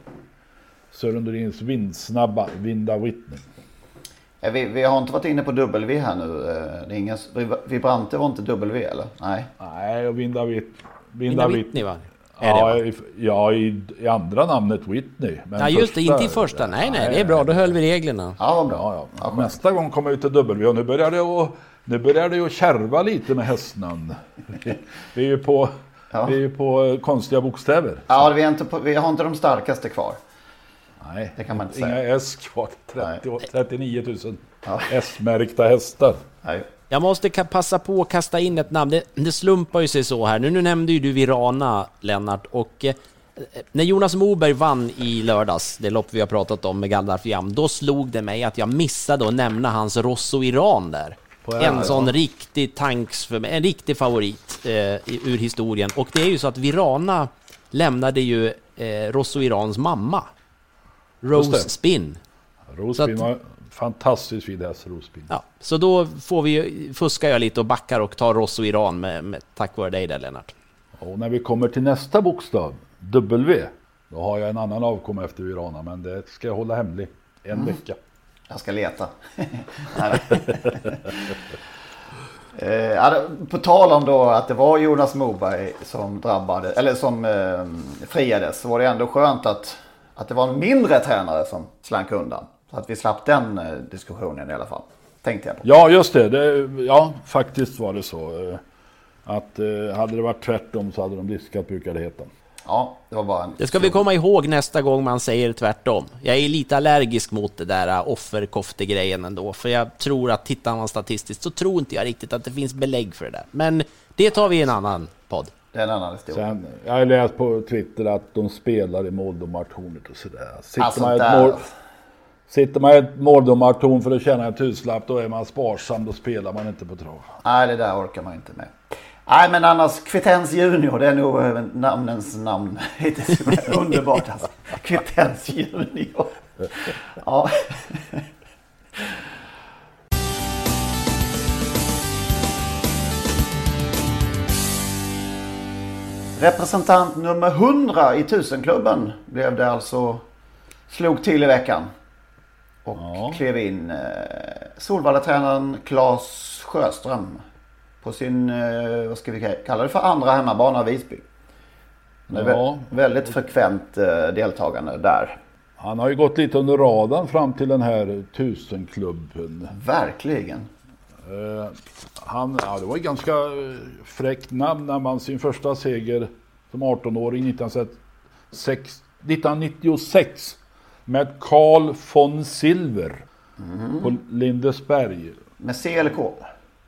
Sören Dorins vindsnabba Vinda Whitney. Ja, vi, vi har inte varit inne på W här nu. Det är ingen, Vibrante var inte W eller? Nej. Nej, och Vinda, Whit, Vinda Whitney, Whitney va? Ja, det, i, ja i, i andra namnet Whitney. Men ja just första, det, inte i första. Nej, nej, det är bra. Då höll vi reglerna. Ja, vad bra. Ja, ja. Ja, nästa gång kommer vi till W och nu börjar det att, nu börjar det att kärva lite med hästnamn. Vi är ju på, ja. vi är ju på konstiga bokstäver. Ja, vi, är inte på, vi har inte de starkaste kvar. Nej, det kan man inte inga säga. S kvar. trettio, trettionio tusen ja. S-märkta hästar. Nej. Jag måste passa på att kasta in ett namn. Det, det slumpar ju sig så här. Nu, nu nämnde ju du Virana, Lennart. Och eh, när Jonas Moberg vann i lördags, det lopp vi har pratat om med Gandalf Jam, då slog det mig att jag missade att nämna hans Rosso Iran där. En här, sån ja. riktig tanks för mig, en riktig favorit eh, ur historien. Och det är ju så att Virana lämnade ju eh, Rosso Irans mamma. Rose Spin. Rose Spin var fantastiskt fin häst, Rose Spin. Ja, så då får vi fuska jag lite och backar och tar Rosso Iran med, med, tack vare dig där, Lennart. Och när vi kommer till nästa bokstav, W, då har jag en annan avkomma efter Virana, men det ska jag hålla hemlig en mm. vecka. Jag ska leta. eh, på tal om då att det var Jonas Moberg som drabbade, eller som eh, friades, så var det ändå skönt att, att det var en mindre tränare som slank undan. Så att vi slapp den eh, diskussionen i alla fall, tänkte jag på. Ja, just det. det ja, faktiskt var det så. Eh, att eh, hade det varit tvärtom så hade de diskat, brukar det heta. Ja, det var bara en... Det ska vi komma ihåg nästa gång man säger tvärtom. Jag är lite allergisk mot det där offerkoftegrejen ändå. För jag tror att tittar man statistiskt så tror inte jag riktigt att det finns belägg för det där. Men det tar vi i en annan podd. Det är en annan historia. Sen, jag har läst på Twitter att de spelar i måldomartornet och sådär. Sitter alltså, man ett mål... Sitter man i ett måldomartorn för att tjäna en tusenlapp, då är man sparsam, då spelar man inte på trav. Nej, det där orkar man inte med. Nej, men annars Kvittens Junior, det är nog namnens namn. Det är underbart alltså. Kvittens Junior. Ja. Representant nummer hundra i tusenklubben blev det alltså, slog till i veckan. Och ja. klev in eh, Solvalla-tränaren Claes Sjöström på sin, eh, vad ska vi kalla det för, andra hemmabana Visby. Det är ja. väldigt frekvent eh, deltagande där. Han har ju gått lite under radarn fram till den här tusenklubben. Verkligen. Uh, han, ja, det var ett ganska fräckt namn när man sin första seger som arton-åring nittonhundranittiosex med Carl von Silver mm. på Lindesberg. Med C eller K?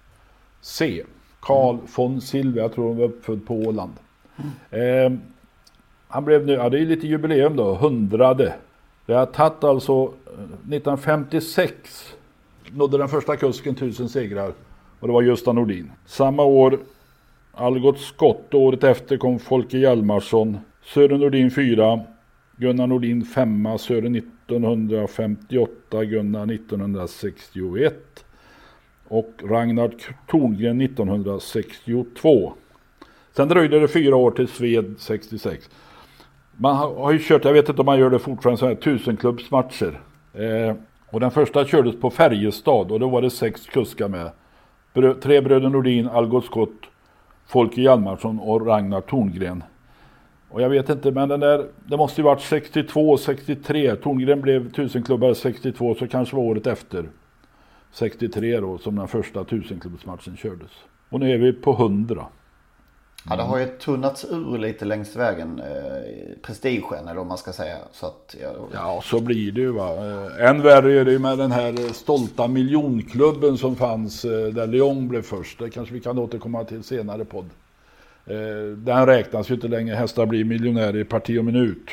C. Carl mm. von Silver, jag tror han var uppfödd på Åland. Mm. Uh, han blev nu, ja det är lite jubileum då, hundrade. Det har tagit alltså nittonhundrafemtiosex nådde den första kusken tusen segrar och det var Gösta Nordin. Samma år Algot Scott, året efter kom Folke Hjalmarsson, Sören Nordin fyra, Gunnar Nordin femma, Sören nittonhundrafemtioåtta, Gunnar nittonhundrasextioett och Ragnar Torngren nittonhundrasextiotvå. Sen dröjde det fyra år till Sved sextiosex. Man har ju kört, jag vet inte om man gör det fortfarande, så här tusenklubbsmatcher. Eh, och den första kördes på Färjestad och då var det sex kuskar med. Brö, tre bröder Nordin, Algot Scott, Folke Hjalmarsson och Ragnar Torngren. Och jag vet inte, men den där, det måste ju varit sextiotvå sextiotre. Torngren blev tusenklubbare sextiotvå, så kanske var året efter sextiotre då som den första tusenklubbsmatchen kördes. Och nu är vi på hundra. Ja, det har ju tunnats ur lite längs vägen, eh, prestigen eller om man ska säga. Så att, ja, ja, så blir det ju va. Eh, än värre är det ju med den här stolta miljonklubben som fanns eh, där Lyon blev först. Det kanske vi kan återkomma till senare podd. Eh, den räknas ju inte längre, hästar blir miljonärer i parti och minut.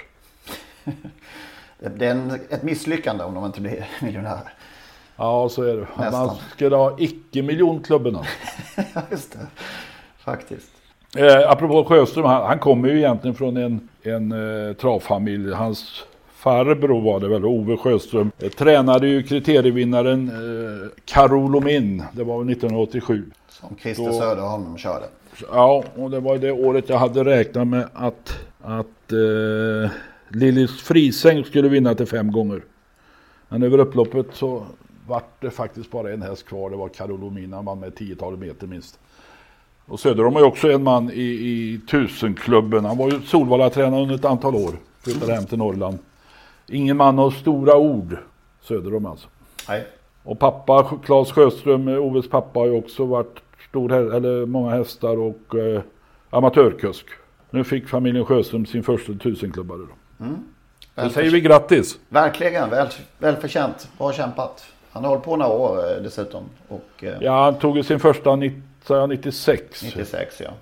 Det är en, ett misslyckande om de inte blir miljonärer. Ja, så är det. Nästan. Man ska ha icke-miljonklubben. Ja, just det. Faktiskt. Eh, apropå Sjöström, han, han kommer ju egentligen från en, en eh, travfamilj. Hans farbror var det väl, Ove Sjöström. Eh, tränade ju kriterievinnaren eh, Karolomin, det var väl nittonhundraåttiosju. Som Christer Söderholm körde. Ja, och det var det året jag hade räknat med att, att eh, Lillis Frisäng skulle vinna till fem gånger. Men över upploppet så var det faktiskt bara en häst kvar, det var Karolomin, han vann med tiotal meter minst. Och Söderholm var ju också en man i, i tusenklubben. Han var ju Solvalla-tränare under ett antal år. Flyttade hem till Norrland. Ingen man av stora ord. Söderholm alltså. Nej. Och pappa, Claes Sjöström, Oves pappa, har ju också varit stor, eller många hästar och eh, amatörkusk. Nu fick familjen Sjöström sin första tusenklubbare då. Mm. Då säger vi grattis. Verkligen, väl, välförtjänt. Bra kämpat. Han har hållit på några år dessutom. Och, eh... Ja, han tog ju sin första nittiosex. nittiosex, ja.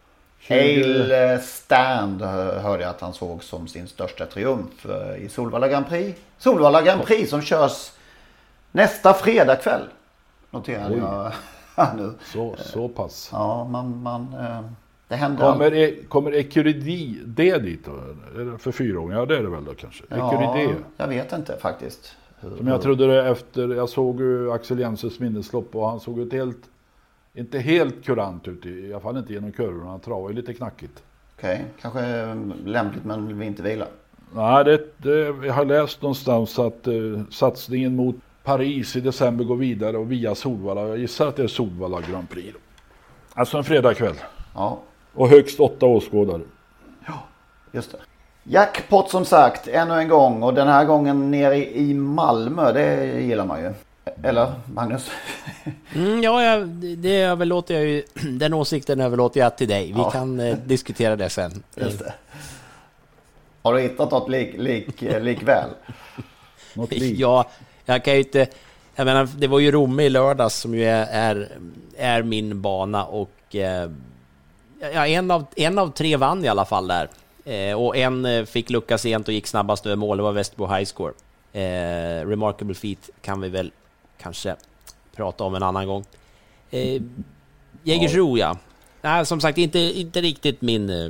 Ale Stand hörde jag att han såg som sin största triumf i Solvalla Grand Prix. Solvalla Grand Prix som körs nästa fredag kväll. Noterar jag nu. Så, så pass. Ja, man... man det händer kommer, e, kommer Ecuridi det dit då? Är det för fyra år? Ja, det är det väl då kanske. Ja, Ecuridi. Jag vet inte faktiskt. Hur, som jag trodde det efter, jag såg ju Axel Jensens minneslopp och han såg ut helt, inte helt kurant ut, i alla fall inte genom kurvorna. Han travade ju lite knackigt. Okej, okay. Kanske lämpligt men vi inte vila. Nej, det, det, jag har läst någonstans att uh, satsningen mot Paris i december går vidare och via Solvalla. Jag gissar att det är Solvalla Grand Prix då. Alltså en fredagkväll. Ja. Och högst åtta åskådare. Ja, just det. Jackpot som sagt, ännu en gång. Och den här gången nere i Malmö, det gillar man ju. Eller, Magnus? mm, ja, jag, det överlåter jag ju. Den åsikten överlåter jag till dig. Vi ja. kan eh, diskutera det sen. Just det. Har du hittat något lik, lik, likväl? Något lik? Ja, jag kan ju inte... Jag menar, det var ju Romme i lördags som ju är, är, är min bana. Och eh, ja, en, av, en av tre vann i alla fall där. Eh, och en eh, fick lucka sent och gick snabbast över mål. Det var Västerbo High Score. Eh, Remarkable Feat kan vi väl kanske prata om en annan gång. Eh, Jägersro, ja. nej, som sagt, inte, inte riktigt min eh,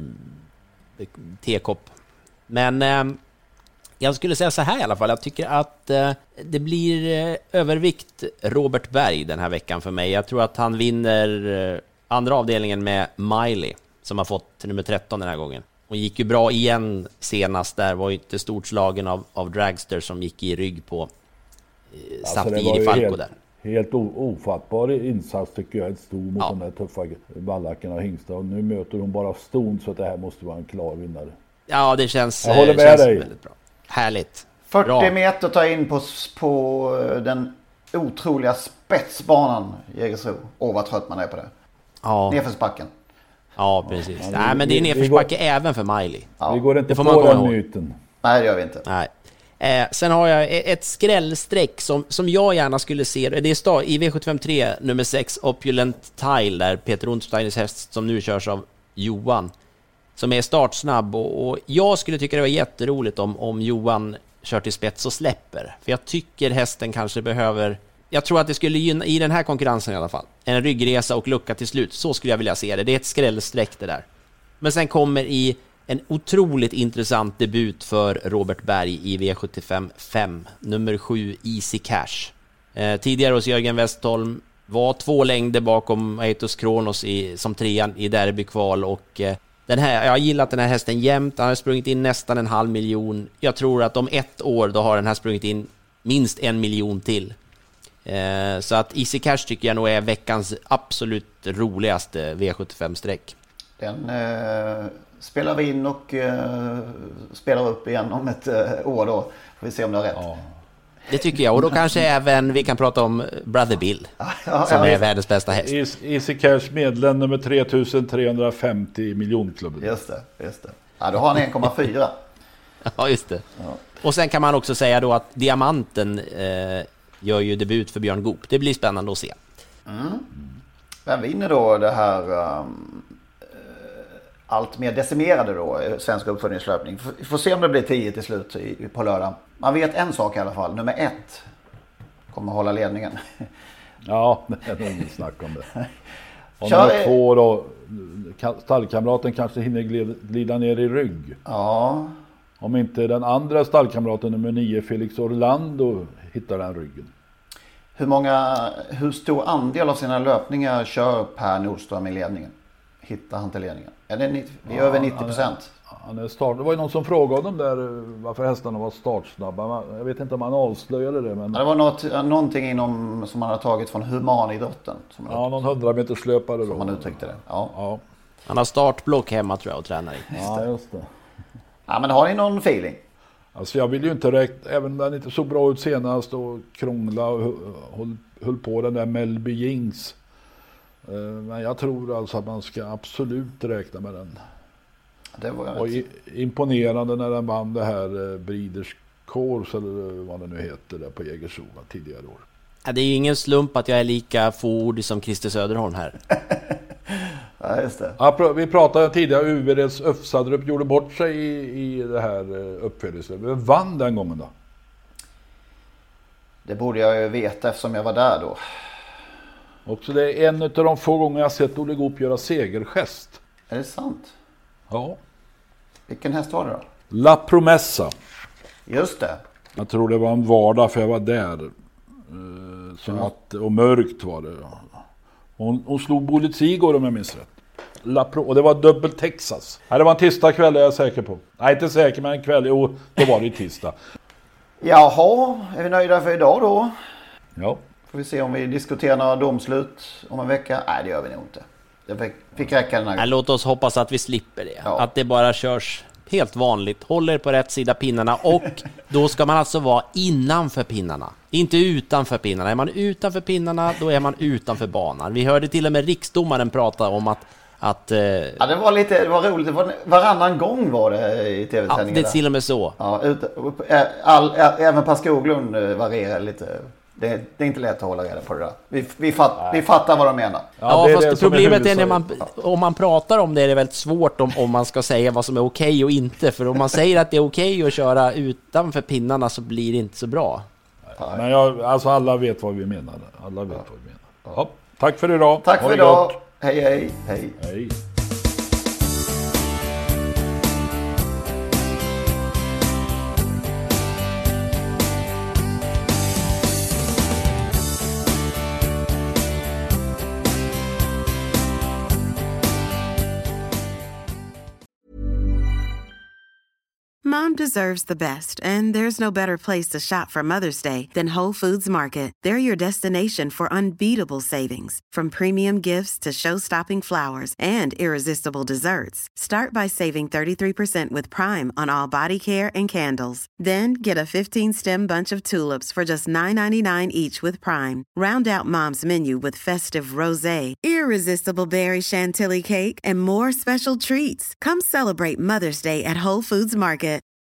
tekopp. Men eh, jag skulle säga så här i alla fall. Jag tycker att eh, det blir eh, övervikt Robert Berg den här veckan för mig. Jag tror att han vinner eh, andra avdelningen med Miley, som har fått nummer tretton den här gången. Hon gick ju bra igen senast där. Var ju inte stort slagen av, av Dragster som gick i rygg på eh, Safdiri alltså Falco helt, där. Helt ofattbar insats tycker jag. Ett stor mot ja. de där tuffa vallackarna och hingstar. Och nu möter hon bara ston, så att det här måste vara en klar vinnare. Ja, det känns, jag håller med känns dig. Väldigt bra. Härligt. fyrtio bra. meter ta in på, på den otroliga spetsbanan Jägersro. Åh, vad trött man är på det. Ja. Nerförsbacken. Ja, precis. Ja, vi, Nej, men det är nedförsbacke även för Miley. Ja. Vi går inte på på den myten. Nej, det gör vi inte. Nej. Eh, sen har jag ett skrällsträck som, som jag gärna skulle se. Det är start, i V sjuttiofem tre nummer sex Opulent Tile där Peter Untersteiners häst som nu körs av Johan. Som är startsnabb och, och jag skulle tycka det var jätteroligt om, om Johan kör till spets och släpper. För jag tycker hästen kanske behöver... Jag tror att det skulle gynna, i den här konkurrensen i alla fall, en ryggresa och lucka till slut. Så skulle jag vilja se det. Det är ett skrällsträck det där. Men sen kommer i en otroligt intressant debut för Robert Berg i V sjuttiofem fem. Nummer sju, Easy Cash. Eh, tidigare hos Jörgen Westholm var två längder bakom Aetos Kronos i, som trean i derbykval. Och eh, den här, jag har gillat den här hästen jämt. Han har sprungit in nästan en halv miljon. Jag tror att om ett år då har den här sprungit in minst en miljon till. Eh, så att Easy Cash tycker jag nog är veckans absolut roligaste V sjuttiofem-streck. Den eh, spelar vi in och eh, spelar upp igen om ett eh, år då. Får vi se om det är rätt. Ja. Det tycker jag. Och då kanske även vi kan prata om Brother Bill. Ja, som ja, är visst. Världens bästa häst. Easy Cash medlem nummer tre tusen trehundrafemtio miljonklubben. Just det, just det. Ja, då har han en komma fyra. Ja, just det. Ja. Och sen kan man också säga då att Diamanten eh, gör ju debut för Björn Goop. Det blir spännande att se. Mm. Vem vinner då det här um, allt mer decimerade då svenska uppföljningslöpning? Vi får se om det blir tio till slut i, på lördag. Man vet en sak i alla fall. Nummer ett kommer hålla ledningen. Ja, det är nog inget snack om det. Och Kör... nummer två då, stallkamraten kanske hinner glida ner i rygg. Ja. Om inte den andra stallkamraten nummer nio, Felix Orlando, hittar den ryggen. Hur många, hur stor andel av sina löpningar kör Per Nordström i ledningen? Hittar han till ledningen? Är det, nittio, det är ja, över nittio procent. Han är start. Det var ju någon som frågade dem där varför hästarna var startsnabba. Jag vet inte om han avslöjade det. Men... Ja, det var något, någonting inom, som man har tagit från humanidrotten. Som ja, någon hundrameterslöpare då. Som man uttryckte det. Ja. Ja. Han har startblock hemma tror jag och tränar i. Ja, just det. Ja, men har ni någon feeling? Alltså jag vill ju inte räkna, även om den inte så bra ut senast och krångla och höll, höll på den där Melby Jinx. Men jag tror alltså att man ska absolut räkna med den. Det var och i, imponerande när den vann det här Breeders Course eller vad det nu heter där på Jägersro tidigare år. Ja, det är ju ingen slump att jag är lika fåordig som Christer Söderholm här. Ja, just det. Ja, vi pratade tidigare, U V D:s Öfsadrup gjorde bort sig i, i det här uppfödelsen. Vem vann den gången då? Det borde jag ju veta eftersom jag var där då. Också det är en av de få gånger jag sett Olle Goop göra segergest. Är det sant? Ja. Vilken häst var det då? La Promessa. Just det. Jag tror det var en vardag för jag var där. Så mm. att, och mörkt var det. Hon, hon slog Bullet Seagull om jag minns rätt. La Pro, och det var dubbel Texas. Nej, det var en tisdag kväll, är jag säker på. Nej, inte säker, men en kväll. Jo, då var det tisdag. Jaha, är vi nöjda för idag då? Ja. Får vi se om vi diskuterar några domslut om en vecka. Nej, det gör vi nog inte. Det fick, fick räcka den här gången. Låt oss hoppas att vi slipper det. Ja. Att det bara körs helt vanligt. Håller på rätt sida pinnarna. Och då ska man alltså vara innanför pinnarna. Inte utanför pinnarna. Är man utanför pinnarna, då är man utanför banan. Vi hörde till och med riksdomaren prata om att Att, eh, ja, det var lite det var roligt. Det var, varannan gång var det i tv-sändningen. Ja, det är till och med så. Ja, ut, all, all, även Per Skoglund varierar lite. Det, det är inte lätt att hålla reda på det där. Vi, vi, fatt, vi fattar vad de menar. Ja, ja fast det problemet är, är när man, om man pratar om det är det väldigt svårt om, om man ska säga vad som är okej och inte. För om man säger att det är okej att köra utanför pinnarna så blir det inte så bra. Men jag, alltså alla vet vad vi menar. Alla vet ja. vad vi menar. Ja. Tack för idag. Tack för idag. Hej, hej. Hej. Hej. Mom deserves the best, and there's no better place to shop for Mother's Day than Whole Foods Market. They're your destination for unbeatable savings, from premium gifts to show-stopping flowers and irresistible desserts. Start by saving thirty-three percent with Prime on all body care and candles. Then get a fifteen-stem bunch of tulips for just nine ninety-nine each with Prime. Round out Mom's menu with festive rosé, irresistible berry chantilly cake, and more special treats. Come celebrate Mother's Day at Whole Foods Market.